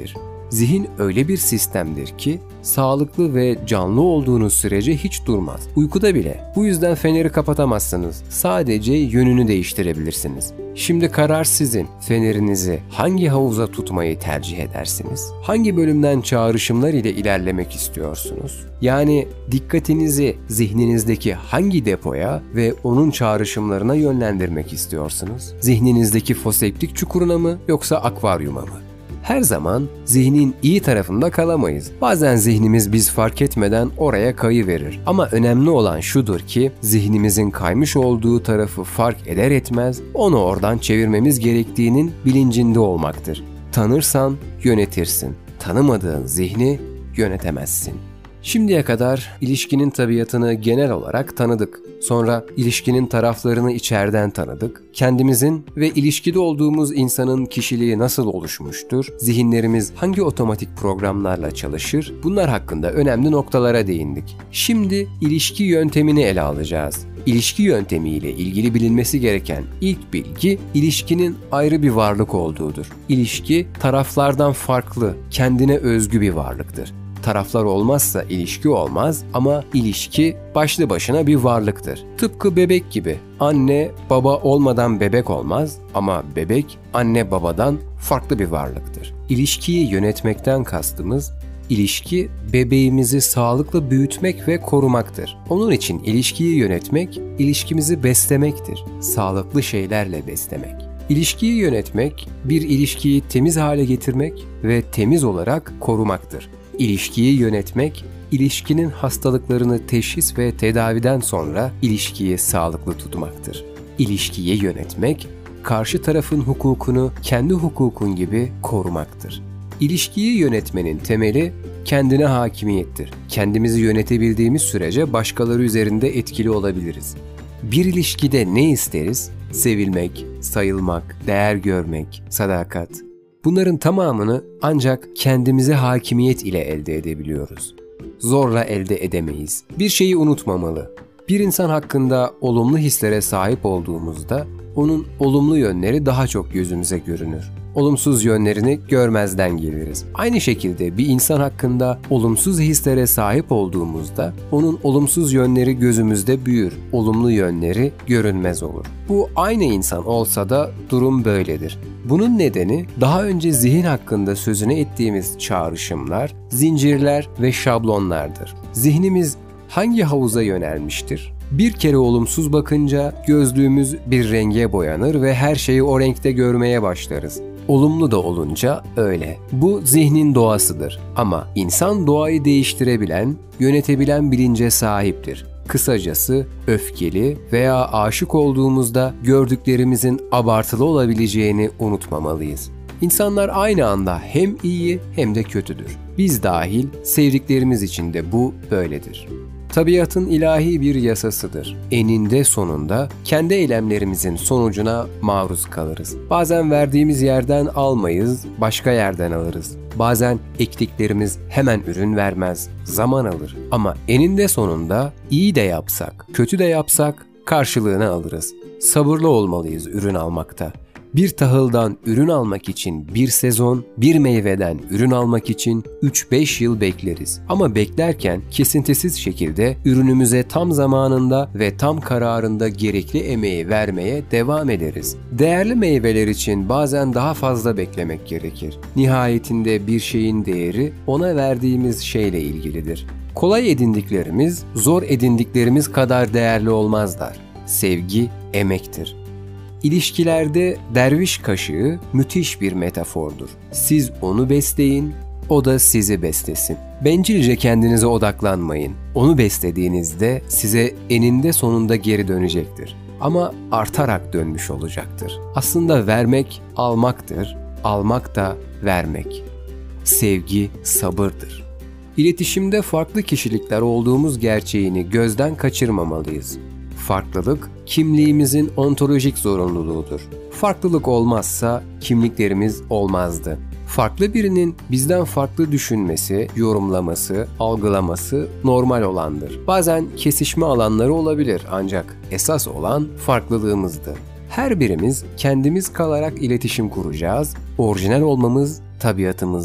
Zihin öyle bir sistemdir ki sağlıklı ve canlı olduğunuz sürece hiç durmaz. Uykuda bile. Bu yüzden feneri kapatamazsınız. Sadece yönünü değiştirebilirsiniz. Şimdi karar sizin. Fenerinizi hangi havuza tutmayı tercih edersiniz? Hangi bölümden çağrışımlar ile ilerlemek istiyorsunuz? Yani dikkatinizi zihninizdeki hangi depoya ve onun çağrışımlarına yönlendirmek istiyorsunuz? Zihninizdeki foseptik çukuruna mı yoksa akvaryuma mı? Her zaman zihnin iyi tarafında kalamayız. Bazen zihnimiz biz fark etmeden oraya kayıverir. Ama önemli olan şudur ki zihnimizin kaymış olduğu tarafı fark eder etmez onu oradan çevirmemiz gerektiğinin bilincinde olmaktır. Tanırsan yönetirsin. Tanımadığın zihni yönetemezsin. Şimdiye kadar ilişkinin tabiatını genel olarak tanıdık. Sonra ilişkinin taraflarını içeriden tanıdık. Kendimizin ve ilişkide olduğumuz insanın kişiliği nasıl oluşmuştur? Zihinlerimiz hangi otomatik programlarla çalışır? Bunlar hakkında önemli noktalara değindik. Şimdi ilişki yöntemini ele alacağız. İlişki yöntemiyle ilgili bilinmesi gereken ilk bilgi, ilişkinin ayrı bir varlık olduğudur. İlişki taraflardan farklı, kendine özgü bir varlıktır. Taraflar olmazsa ilişki olmaz ama ilişki başlı başına bir varlıktır. Tıpkı bebek gibi. Anne baba olmadan bebek olmaz ama bebek anne babadan farklı bir varlıktır. İlişkiyi yönetmekten kastımız, ilişki bebeğimizi sağlıklı büyütmek ve korumaktır. Onun için ilişkiyi yönetmek, ilişkimizi beslemektir. Sağlıklı şeylerle beslemek. İlişkiyi yönetmek, bir ilişkiyi temiz hale getirmek ve temiz olarak korumaktır. İlişkiyi yönetmek, ilişkinin hastalıklarını teşhis ve tedaviden sonra ilişkiyi sağlıklı tutmaktır. İlişkiyi yönetmek, karşı tarafın hukukunu kendi hukukun gibi korumaktır. İlişkiyi yönetmenin temeli kendine hakimiyettir. Kendimizi yönetebildiğimiz sürece başkaları üzerinde etkili olabiliriz. Bir ilişkide ne isteriz? Sevilmek, sayılmak, değer görmek, sadakat. Bunların tamamını ancak kendimize hakimiyet ile elde edebiliyoruz. Zorla elde edemeyiz. Bir şeyi unutmamalı. Bir insan hakkında olumlu hislere sahip olduğumuzda onun olumlu yönleri daha çok gözümüze görünür. Olumsuz yönlerini görmezden geliriz. Aynı şekilde bir insan hakkında olumsuz hislere sahip olduğumuzda onun olumsuz yönleri gözümüzde büyür, olumlu yönleri görünmez olur. Bu aynı insan olsa da durum böyledir. Bunun nedeni daha önce zihin hakkında sözünü ettiğimiz çağrışımlar, zincirler ve şablonlardır. Zihnimiz hangi havuza yönelmiştir? Bir kere olumsuz bakınca gözlüğümüz bir renge boyanır ve her şeyi o renkte görmeye başlarız. Olumlu da olunca öyle. Bu zihnin doğasıdır. Ama insan doğayı değiştirebilen, yönetebilen bilince sahiptir. Kısacası öfkeli veya aşık olduğumuzda gördüklerimizin abartılı olabileceğini unutmamalıyız. İnsanlar aynı anda hem iyi hem de kötüdür. Biz dahil sevdiklerimiz için de bu böyledir. Tabiatın ilahi bir yasasıdır. Eninde sonunda kendi eylemlerimizin sonucuna maruz kalırız. Bazen verdiğimiz yerden almayız, başka yerden alırız. Bazen ektiklerimiz hemen ürün vermez, zaman alır. Ama eninde sonunda iyi de yapsak, kötü de yapsak karşılığını alırız. Sabırlı olmalıyız ürün almakta. Bir tahıldan ürün almak için bir sezon, bir meyveden ürün almak için 3-5 yıl bekleriz. Ama beklerken kesintisiz şekilde ürünümüze tam zamanında ve tam kararında gerekli emeği vermeye devam ederiz. Değerli meyveler için bazen daha fazla beklemek gerekir. Nihayetinde bir şeyin değeri ona verdiğimiz şeyle ilgilidir. Kolay edindiklerimiz, zor edindiklerimiz kadar değerli olmazlar. Sevgi, emektir. İlişkilerde derviş kaşığı müthiş bir metafordur. Siz onu besleyin, o da sizi beslesin. Bencilce kendinize odaklanmayın. Onu beslediğinizde size eninde sonunda geri dönecektir. Ama artarak dönmüş olacaktır. Aslında vermek almaktır, almak da vermek. Sevgi sabırdır. İletişimde farklı kişilikler olduğumuz gerçeğini gözden kaçırmamalıyız. Farklılık, kimliğimizin ontolojik zorunluluğudur. Farklılık olmazsa kimliklerimiz olmazdı. Farklı birinin bizden farklı düşünmesi, yorumlaması, algılaması normal olandır. Bazen kesişme alanları olabilir ancak esas olan farklılığımızdır. Her birimiz kendimiz kalarak iletişim kuracağız, orijinal olmamız tabiatımızdır.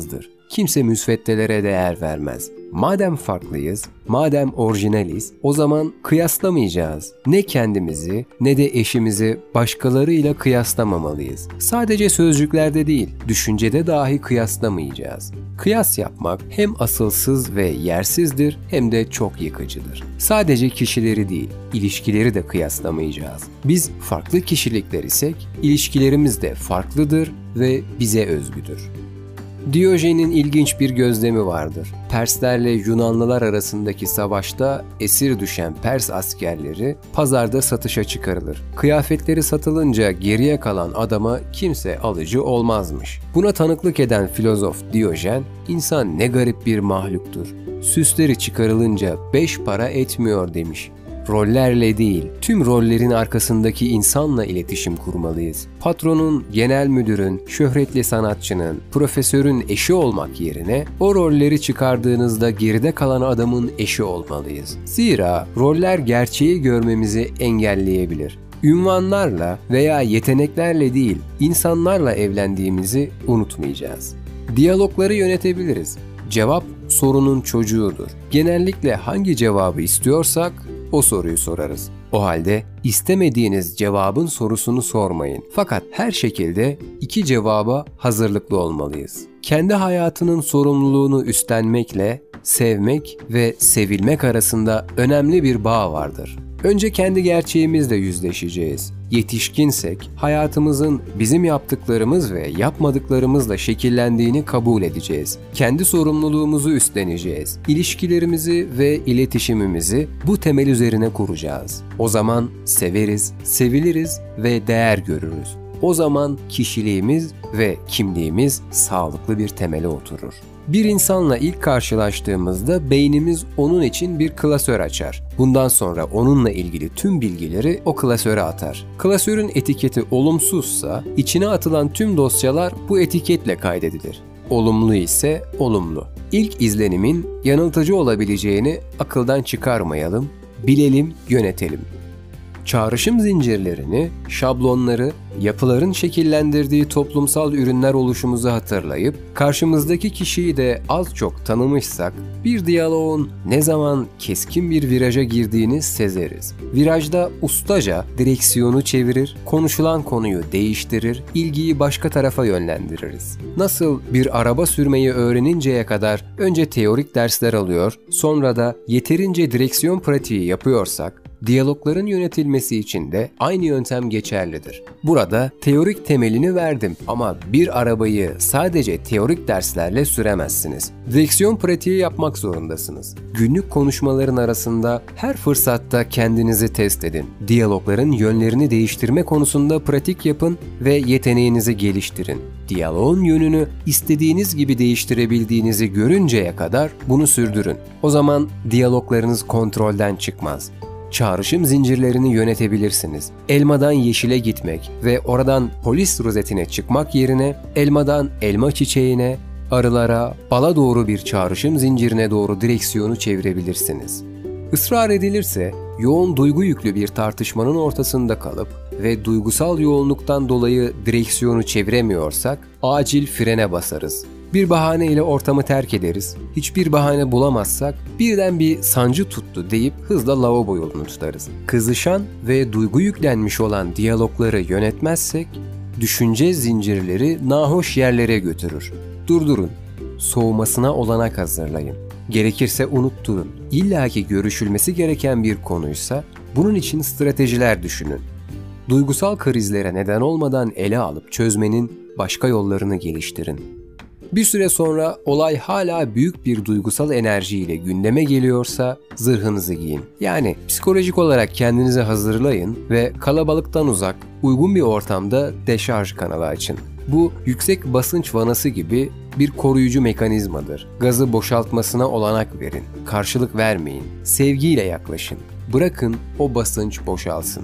kimse müsveddelere değer vermez. Madem farklıyız, madem orijinaliz, o zaman kıyaslamayacağız. Ne kendimizi ne de eşimizi başkalarıyla kıyaslamamalıyız. Sadece sözcüklerde değil, düşüncede dahi kıyaslamayacağız. Kıyas yapmak hem asılsız ve yersizdir hem de çok yıkıcıdır. Sadece kişileri değil, ilişkileri de kıyaslamayacağız. Biz farklı kişilikler isek, ilişkilerimiz de farklıdır ve bize özgüdür. Diyojen'in ilginç bir gözlemi vardır. Perslerle Yunanlılar arasındaki savaşta esir düşen Pers askerleri pazarda satışa çıkarılır. Kıyafetleri satılınca geriye kalan adama kimse alıcı olmazmış. Buna tanıklık eden filozof Diyojen, insan ne garip bir mahluktur. Süsleri çıkarılınca 5 para etmiyor demiş. Rollerle değil, tüm rollerin arkasındaki insanla iletişim kurmalıyız. Patronun, genel müdürün, şöhretli sanatçının, profesörün eşi olmak yerine o rolleri çıkardığınızda geride kalan adamın eşi olmalıyız. Zira roller gerçeği görmemizi engelleyebilir. Ünvanlarla veya yeteneklerle değil, insanlarla evlendiğimizi unutmayacağız. Diyalogları yönetebiliriz. Cevap sorunun çocuğudur. Genellikle hangi cevabı istiyorsak o soruyu sorarız. O halde istemediğiniz cevabın sorusunu sormayın. Fakat her şekilde 2 cevaba hazırlıklı olmalıyız. Kendi hayatının sorumluluğunu üstlenmekle sevmek ve sevilmek arasında önemli bir bağ vardır. Önce kendi gerçeğimizle yüzleşeceğiz. Yetişkinsek hayatımızın bizim yaptıklarımız ve yapmadıklarımızla şekillendiğini kabul edeceğiz. Kendi sorumluluğumuzu üstleneceğiz. İlişkilerimizi ve iletişimimizi bu temel üzerine kuracağız. O zaman severiz, seviliriz ve değer görürüz. O zaman kişiliğimiz ve kimliğimiz sağlıklı bir temele oturur. Bir insanla ilk karşılaştığımızda beynimiz onun için bir klasör açar. Bundan sonra onunla ilgili tüm bilgileri o klasöre atar. Klasörün etiketi olumsuzsa içine atılan tüm dosyalar bu etiketle kaydedilir. Olumlu ise olumlu. İlk izlenimin yanıltıcı olabileceğini akıldan çıkarmayalım, bilelim, yönetelim. Çağrışım zincirlerini, şablonları, yapıların şekillendirdiği toplumsal ürünler oluşumuzu hatırlayıp, karşımızdaki kişiyi de az çok tanımışsak, bir diyaloğun ne zaman keskin bir viraja girdiğini sezeriz. Virajda ustaca direksiyonu çevirir, konuşulan konuyu değiştirir, ilgiyi başka tarafa yönlendiririz. Nasıl bir araba sürmeyi öğreninceye kadar önce teorik dersler alıyor, sonra da yeterince direksiyon pratiği yapıyorsak, diyalogların yönetilmesi için de aynı yöntem geçerlidir. Burada teorik temelini verdim ama bir arabayı sadece teorik derslerle süremezsiniz. Direksiyon pratiği yapmak zorundasınız. Günlük konuşmaların arasında her fırsatta kendinizi test edin. Diyalogların yönlerini değiştirme konusunda pratik yapın ve yeteneğinizi geliştirin. Diyaloğun yönünü istediğiniz gibi değiştirebildiğinizi görünceye kadar bunu sürdürün. O zaman diyaloglarınız kontrolden çıkmaz. Çağrışım zincirlerini yönetebilirsiniz. Elmadan yeşile gitmek ve oradan polis rozetine çıkmak yerine elmadan elma çiçeğine, arılara, bala doğru bir çağrışım zincirine doğru direksiyonu çevirebilirsiniz. Israr edilirse, yoğun duygu yüklü bir tartışmanın ortasında kalıp ve duygusal yoğunluktan dolayı direksiyonu çeviremiyorsak, acil frene basarız. Bir bahaneyle ortamı terk ederiz. Hiçbir bahane bulamazsak birden bir sancı tuttu deyip hızla lavabo yolunu tutarız. Kızışan ve duygu yüklenmiş olan diyalogları yönetmezsek düşünce zincirleri nahoş yerlere götürür. Durdurun. Soğumasına olanak hazırlayın. Gerekirse unutturun. İlla ki görüşülmesi gereken bir konuysa bunun için stratejiler düşünün. Duygusal krizlere neden olmadan ele alıp çözmenin başka yollarını geliştirin. Bir süre sonra olay hala büyük bir duygusal enerjiyle gündeme geliyorsa zırhınızı giyin. Yani psikolojik olarak kendinizi hazırlayın ve kalabalıktan uzak, uygun bir ortamda deşarj kanalı açın. Bu yüksek basınç vanası gibi bir koruyucu mekanizmadır. Gazı boşaltmasına olanak verin. Karşılık vermeyin. Sevgiyle yaklaşın. Bırakın o basınç boşalsın.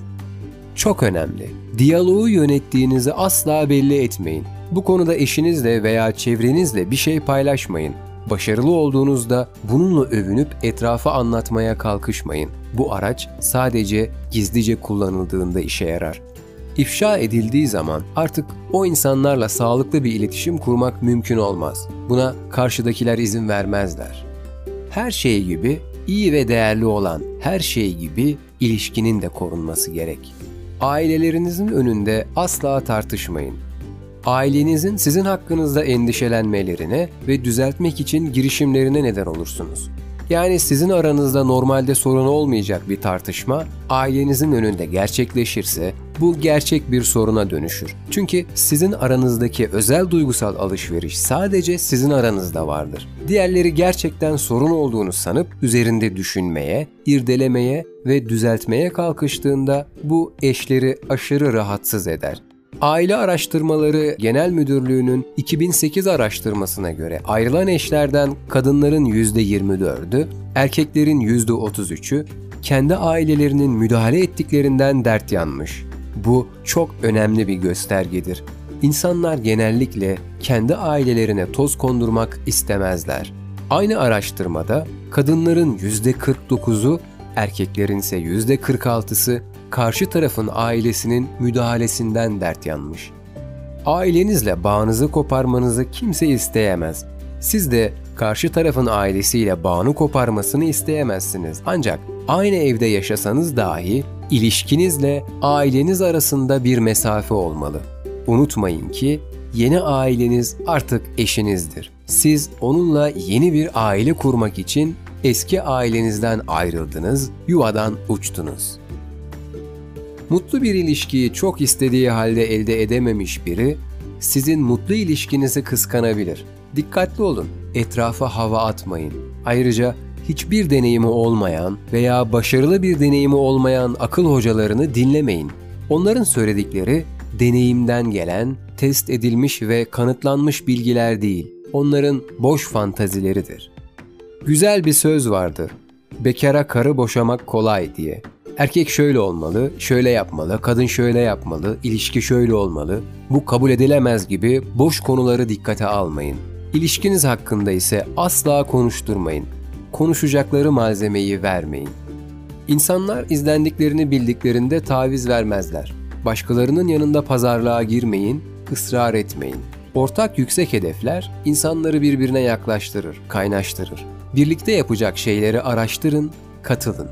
Çok önemli. Diyaloğu yönettiğinizi asla belli etmeyin. Bu konuda eşinizle veya çevrenizle bir şey paylaşmayın. Başarılı olduğunuzda bununla övünüp etrafa anlatmaya kalkışmayın. Bu araç sadece gizlice kullanıldığında işe yarar. ifşa edildiği zaman artık o insanlarla sağlıklı bir iletişim kurmak mümkün olmaz. Buna karşıdakiler izin vermezler. Her şey gibi, iyi ve değerli olan her şey gibi ilişkinin de korunması gerek. Ailelerinizin önünde asla tartışmayın. Ailenizin sizin hakkınızda endişelenmelerine ve düzeltmek için girişimlerine neden olursunuz. Yani sizin aranızda normalde sorun olmayacak bir tartışma, ailenizin önünde gerçekleşirse bu gerçek bir soruna dönüşür. Çünkü sizin aranızdaki özel duygusal alışveriş sadece sizin aranızda vardır. Diğerleri gerçekten sorun olduğunu sanıp üzerinde düşünmeye, irdelemeye ve düzeltmeye kalkıştığında bu eşleri aşırı rahatsız eder. Aile Araştırmaları Genel Müdürlüğü'nün 2008 araştırmasına göre ayrılan eşlerden kadınların %24'ü, erkeklerin %33'ü kendi ailelerinin müdahale ettiklerinden dert yanmış. Bu çok önemli bir göstergedir. İnsanlar genellikle kendi ailelerine toz kondurmak istemezler. Aynı araştırmada kadınların %49'u, erkeklerin ise %46'sı karşı tarafın ailesinin müdahalesinden dert yanmış. Ailenizle bağınızı koparmanızı kimse isteyemez. Siz de karşı tarafın ailesiyle bağını koparmasını isteyemezsiniz. Ancak aynı evde yaşasanız dahi ilişkinizle aileniz arasında bir mesafe olmalı. Unutmayın ki yeni aileniz artık eşinizdir. Siz onunla yeni bir aile kurmak için eski ailenizden ayrıldınız, yuvadan uçtunuz. Mutlu bir ilişkiyi çok istediği halde elde edememiş biri, sizin mutlu ilişkinizi kıskanabilir. Dikkatli olun, etrafa hava atmayın. Ayrıca hiçbir deneyimi olmayan veya başarılı bir deneyimi olmayan akıl hocalarını dinlemeyin. Onların söyledikleri deneyimden gelen, test edilmiş ve kanıtlanmış bilgiler değil. Onların boş fantazileridir. Güzel bir söz vardır. Bekara karı boşamak kolay diye. Erkek şöyle olmalı, şöyle yapmalı, kadın şöyle yapmalı, ilişki şöyle olmalı. Bu kabul edilemez gibi boş konuları dikkate almayın. İlişkiniz hakkında ise asla konuşturmayın. Konuşacakları malzemeyi vermeyin. İnsanlar izlendiklerini bildiklerinde taviz vermezler. Başkalarının yanında pazarlığa girmeyin, ısrar etmeyin. Ortak yüksek hedefler insanları birbirine yaklaştırır, kaynaştırır. Birlikte yapacak şeyleri araştırın, katılın.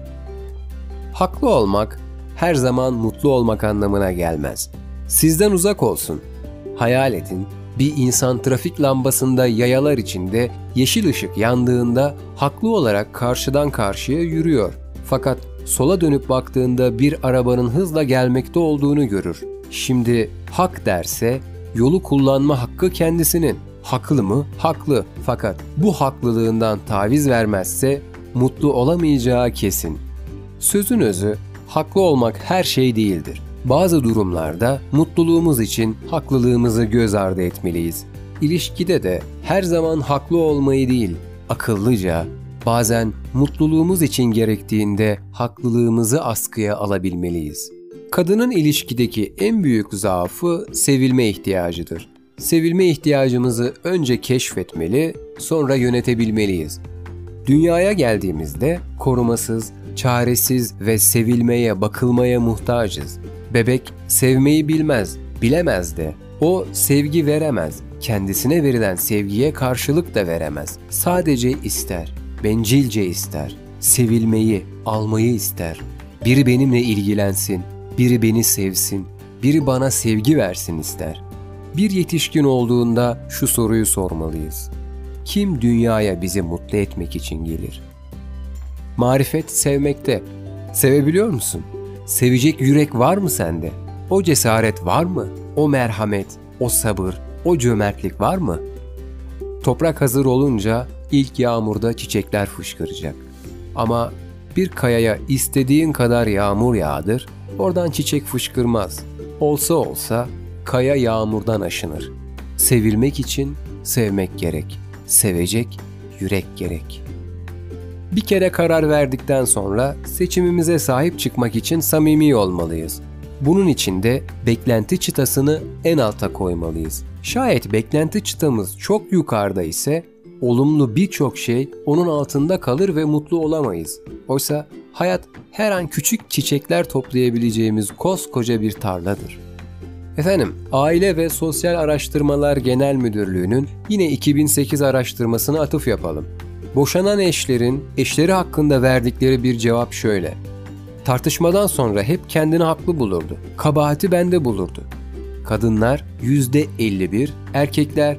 Haklı olmak her zaman mutlu olmak anlamına gelmez. Sizden uzak olsun. Hayal edin, bir insan trafik lambasında yayalar içinde yeşil ışık yandığında haklı olarak karşıdan karşıya yürüyor. Fakat sola dönüp baktığında bir arabanın hızla gelmekte olduğunu görür. Şimdi hak derse yolu kullanma hakkı kendisinin. Haklı mı? Haklı. Fakat bu haklılığından taviz vermezse mutlu olamayacağı kesin. Sözün özü, haklı olmak her şey değildir. Bazı durumlarda mutluluğumuz için haklılığımızı göz ardı etmeliyiz. İlişkide de her zaman haklı olmayı değil, akıllıca, bazen mutluluğumuz için gerektiğinde haklılığımızı askıya alabilmeliyiz. Kadının ilişkideki en büyük zaafı sevilme ihtiyacıdır. Sevilme ihtiyacımızı önce keşfetmeli, sonra yönetebilmeliyiz. Dünyaya geldiğimizde korumasız, çaresiz ve sevilmeye, bakılmaya muhtacız. Bebek sevmeyi bilmez, bilemez de. O sevgi veremez, kendisine verilen sevgiye karşılık da veremez. Sadece ister, bencilce ister. Sevilmeyi, almayı ister. Biri benimle ilgilensin, biri beni sevsin, biri bana sevgi versin ister. Bir yetişkin olduğunda şu soruyu sormalıyız. Kim dünyaya bizi mutlu etmek için gelir? Marifet sevmekte. Sevebiliyor musun? Sevecek yürek var mı sende? O cesaret var mı? O merhamet, o sabır, o cömertlik var mı? Toprak hazır olunca ilk yağmurda çiçekler fışkıracak. Ama bir kayaya istediğin kadar yağmur yağdır, oradan çiçek fışkırmaz. Olsa olsa kaya yağmurdan aşınır. Sevilmek için sevmek gerek. Sevecek yürek gerek. Bir kere karar verdikten sonra seçimimize sahip çıkmak için samimi olmalıyız. Bunun için de beklenti çıtasını en alta koymalıyız. Şayet beklenti çıtamız çok yukarıda ise olumlu birçok şey onun altında kalır ve mutlu olamayız. Oysa hayat her an küçük çiçekler toplayabileceğimiz koskoca bir tarladır. Aile ve Sosyal Araştırmalar Genel Müdürlüğü'nün yine 2008 araştırmasına atıf yapalım. Boşanan eşlerin eşleri hakkında verdikleri bir cevap şöyle: tartışmadan sonra hep kendini haklı bulurdu. Kabahati bende bulurdu. Kadınlar %51, erkekler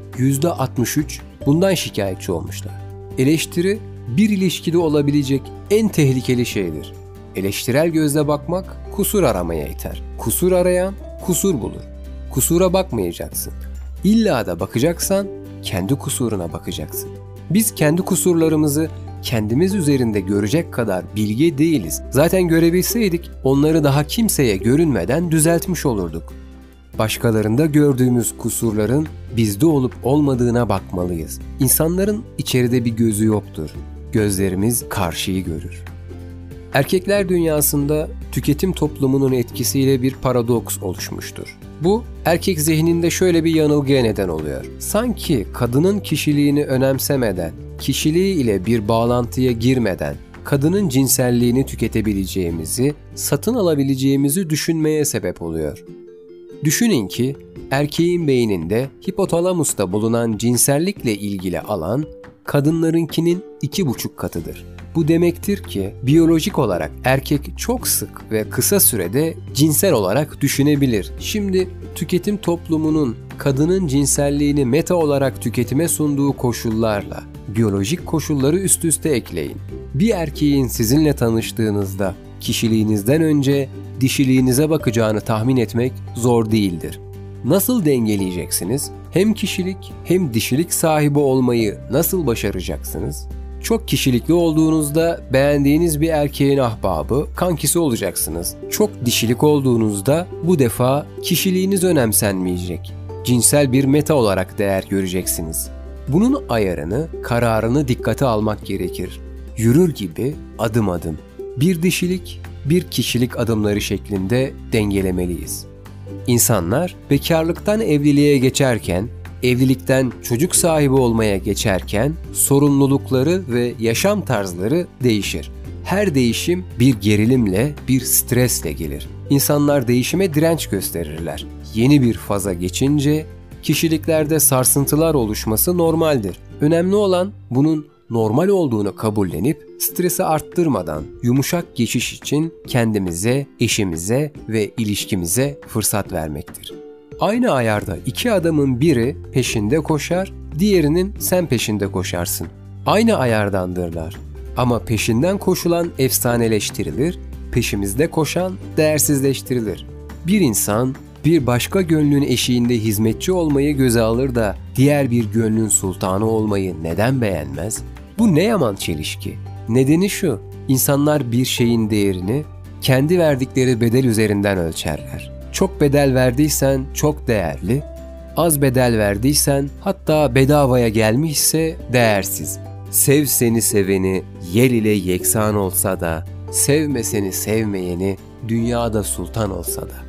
%63 bundan şikayetçi olmuşlar. Eleştiri bir ilişkide olabilecek en tehlikeli şeydir. Eleştirel gözle bakmak kusur aramaya iter. Kusur arayan kusur bulur. Kusura bakmayacaksın. İlla da bakacaksan kendi kusuruna bakacaksın. Biz kendi kusurlarımızı kendimiz üzerinde görecek kadar bilge değiliz. Zaten görebilseydik onları daha kimseye görünmeden düzeltmiş olurduk. Başkalarında gördüğümüz kusurların bizde olup olmadığına bakmalıyız. İnsanların içeride bir gözü yoktur. Gözlerimiz karşıyı görür. Erkekler dünyasında tüketim toplumunun etkisiyle bir paradoks oluşmuştur. Bu, erkek zihninde şöyle bir yanılgıya neden oluyor. Sanki kadının kişiliğini önemsemeden, kişiliği ile bir bağlantıya girmeden, kadının cinselliğini tüketebileceğimizi, satın alabileceğimizi düşünmeye sebep oluyor. Düşünün ki, erkeğin beyninde hipotalamusta bulunan cinsellikle ilgili alan, kadınlarınkinin 2,5 katıdır. Bu demektir ki biyolojik olarak erkek çok sık ve kısa sürede cinsel olarak düşünebilir. Şimdi tüketim toplumunun kadının cinselliğini meta olarak tüketime sunduğu koşullarla biyolojik koşulları üst üste ekleyin. Bir erkeğin sizinle tanıştığınızda kişiliğinizden önce dişiliğinize bakacağını tahmin etmek zor değildir. Nasıl dengeleyeceksiniz? Hem kişilik hem dişilik sahibi olmayı nasıl başaracaksınız? Çok kişilikli olduğunuzda beğendiğiniz bir erkeğin ahbabı, kankisi olacaksınız. Çok dişilik olduğunuzda bu defa kişiliğiniz önemsenmeyecek. Cinsel bir meta olarak değer göreceksiniz. Bunun ayarını, kararını dikkate almak gerekir. Yürür gibi adım adım. Bir dişilik, bir kişilik adımları şeklinde dengelemeliyiz. İnsanlar bekarlıktan evliliğe geçerken, evlilikten çocuk sahibi olmaya geçerken sorumlulukları ve yaşam tarzları değişir. Her değişim bir gerilimle, bir stresle gelir. İnsanlar değişime direnç gösterirler. Yeni bir faza geçince kişiliklerde sarsıntılar oluşması normaldir. Önemli olan bunun normal olduğunu kabullenip stresi arttırmadan yumuşak geçiş için kendimize, eşimize ve ilişkimize fırsat vermektir. Aynı ayarda iki adamın biri peşinde koşar, diğerinin sen peşinde koşarsın. Aynı ayardandırlar. Ama peşinden koşulan efsaneleştirilir, peşimizde koşan değersizleştirilir. Bir insan bir başka gönlün eşiğinde hizmetçi olmayı göze alır da diğer bir gönlün sultanı olmayı neden beğenmez? Bu ne yaman çelişki. Nedeni şu, insanlar bir şeyin değerini kendi verdikleri bedel üzerinden ölçerler. Çok bedel verdiysen çok değerli, az bedel verdiysen hatta bedavaya gelmişse değersiz. Sev seni seveni yer ile yeksan olsa da, sevme seni sevmeyeni dünyada sultan olsa da.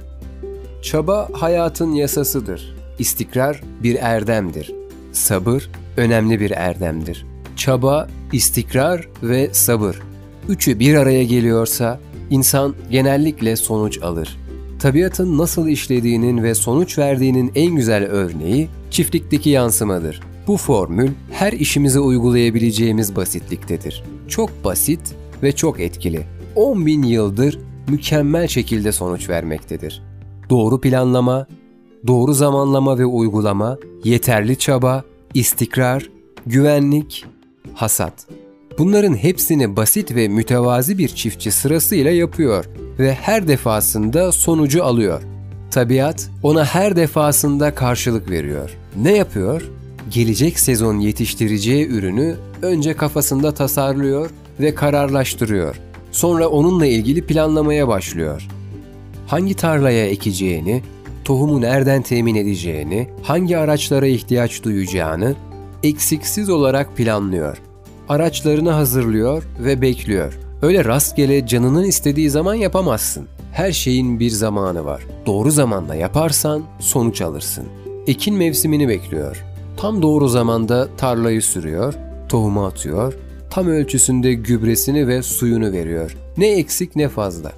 Çaba hayatın yasasıdır. İstikrar bir erdemdir. Sabır önemli bir erdemdir. Çaba, istikrar ve sabır. Üçü bir araya geliyorsa insan genellikle sonuç alır. Tabiatın nasıl işlediğinin ve sonuç verdiğinin en güzel örneği çiftlikteki yansımadır. Bu formül her işimize uygulayabileceğimiz basitliktedir. Çok basit ve çok etkili. 10.000 yıldır mükemmel şekilde sonuç vermektedir. Doğru planlama, doğru zamanlama ve uygulama, yeterli çaba, istikrar, güvenlik, hasat. Bunların hepsini basit ve mütevazi bir çiftçi sırasıyla yapıyor ve her defasında sonucu alıyor. Tabiat ona her defasında karşılık veriyor. Ne yapıyor? Gelecek sezon yetiştireceği ürünü önce kafasında tasarlıyor ve kararlaştırıyor. Sonra onunla ilgili planlamaya başlıyor. Hangi tarlaya ekeceğini, tohumu nereden temin edeceğini, hangi araçlara ihtiyaç duyacağını eksiksiz olarak planlıyor. Araçlarını hazırlıyor ve bekliyor. Öyle rastgele canının istediği zaman yapamazsın. Her şeyin bir zamanı var. Doğru zamanda yaparsan sonuç alırsın. Ekin mevsimini bekliyor. Tam doğru zamanda tarlayı sürüyor, tohumu atıyor, tam ölçüsünde gübresini ve suyunu veriyor. Ne eksik ne fazla.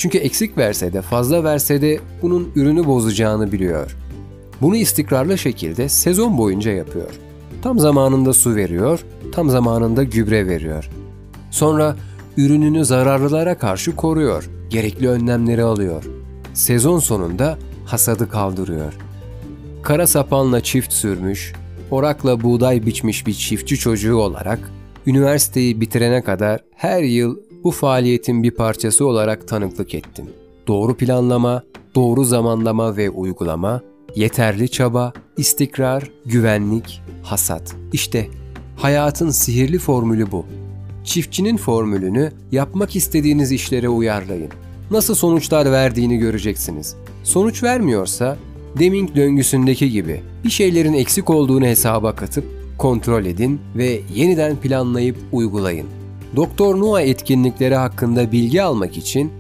Çünkü eksik verse de fazla verse de bunun ürünü bozacağını biliyor. Bunu istikrarlı şekilde sezon boyunca yapıyor. Tam zamanında su veriyor, tam zamanında gübre veriyor. Sonra ürününü zararlılara karşı koruyor, gerekli önlemleri alıyor. Sezon sonunda hasadı kaldırıyor. Kara sapanla çift sürmüş, orakla buğday biçmiş bir çiftçi çocuğu olarak üniversiteyi bitirene kadar her yıl bu faaliyetin bir parçası olarak tanıklık ettim. Doğru planlama, doğru zamanlama ve uygulama, yeterli çaba, istikrar, güvenlik, hasat. İşte hayatın sihirli formülü bu. Çiftçinin formülünü yapmak istediğiniz işlere uyarlayın. Nasıl sonuçlar verdiğini göreceksiniz. Sonuç vermiyorsa Deming döngüsündeki gibi bir şeylerin eksik olduğunu hesaba katıp kontrol edin ve yeniden planlayıp uygulayın. Doktor Nua etkinlikleri hakkında bilgi almak için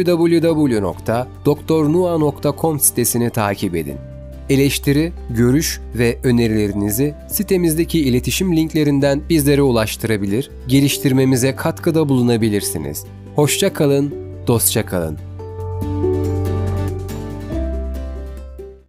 www.drnua.com sitesini takip edin. Eleştiri, görüş ve önerilerinizi sitemizdeki iletişim linklerinden bizlere ulaştırabilir, geliştirmemize katkıda bulunabilirsiniz. Hoşça kalın, dostça kalın.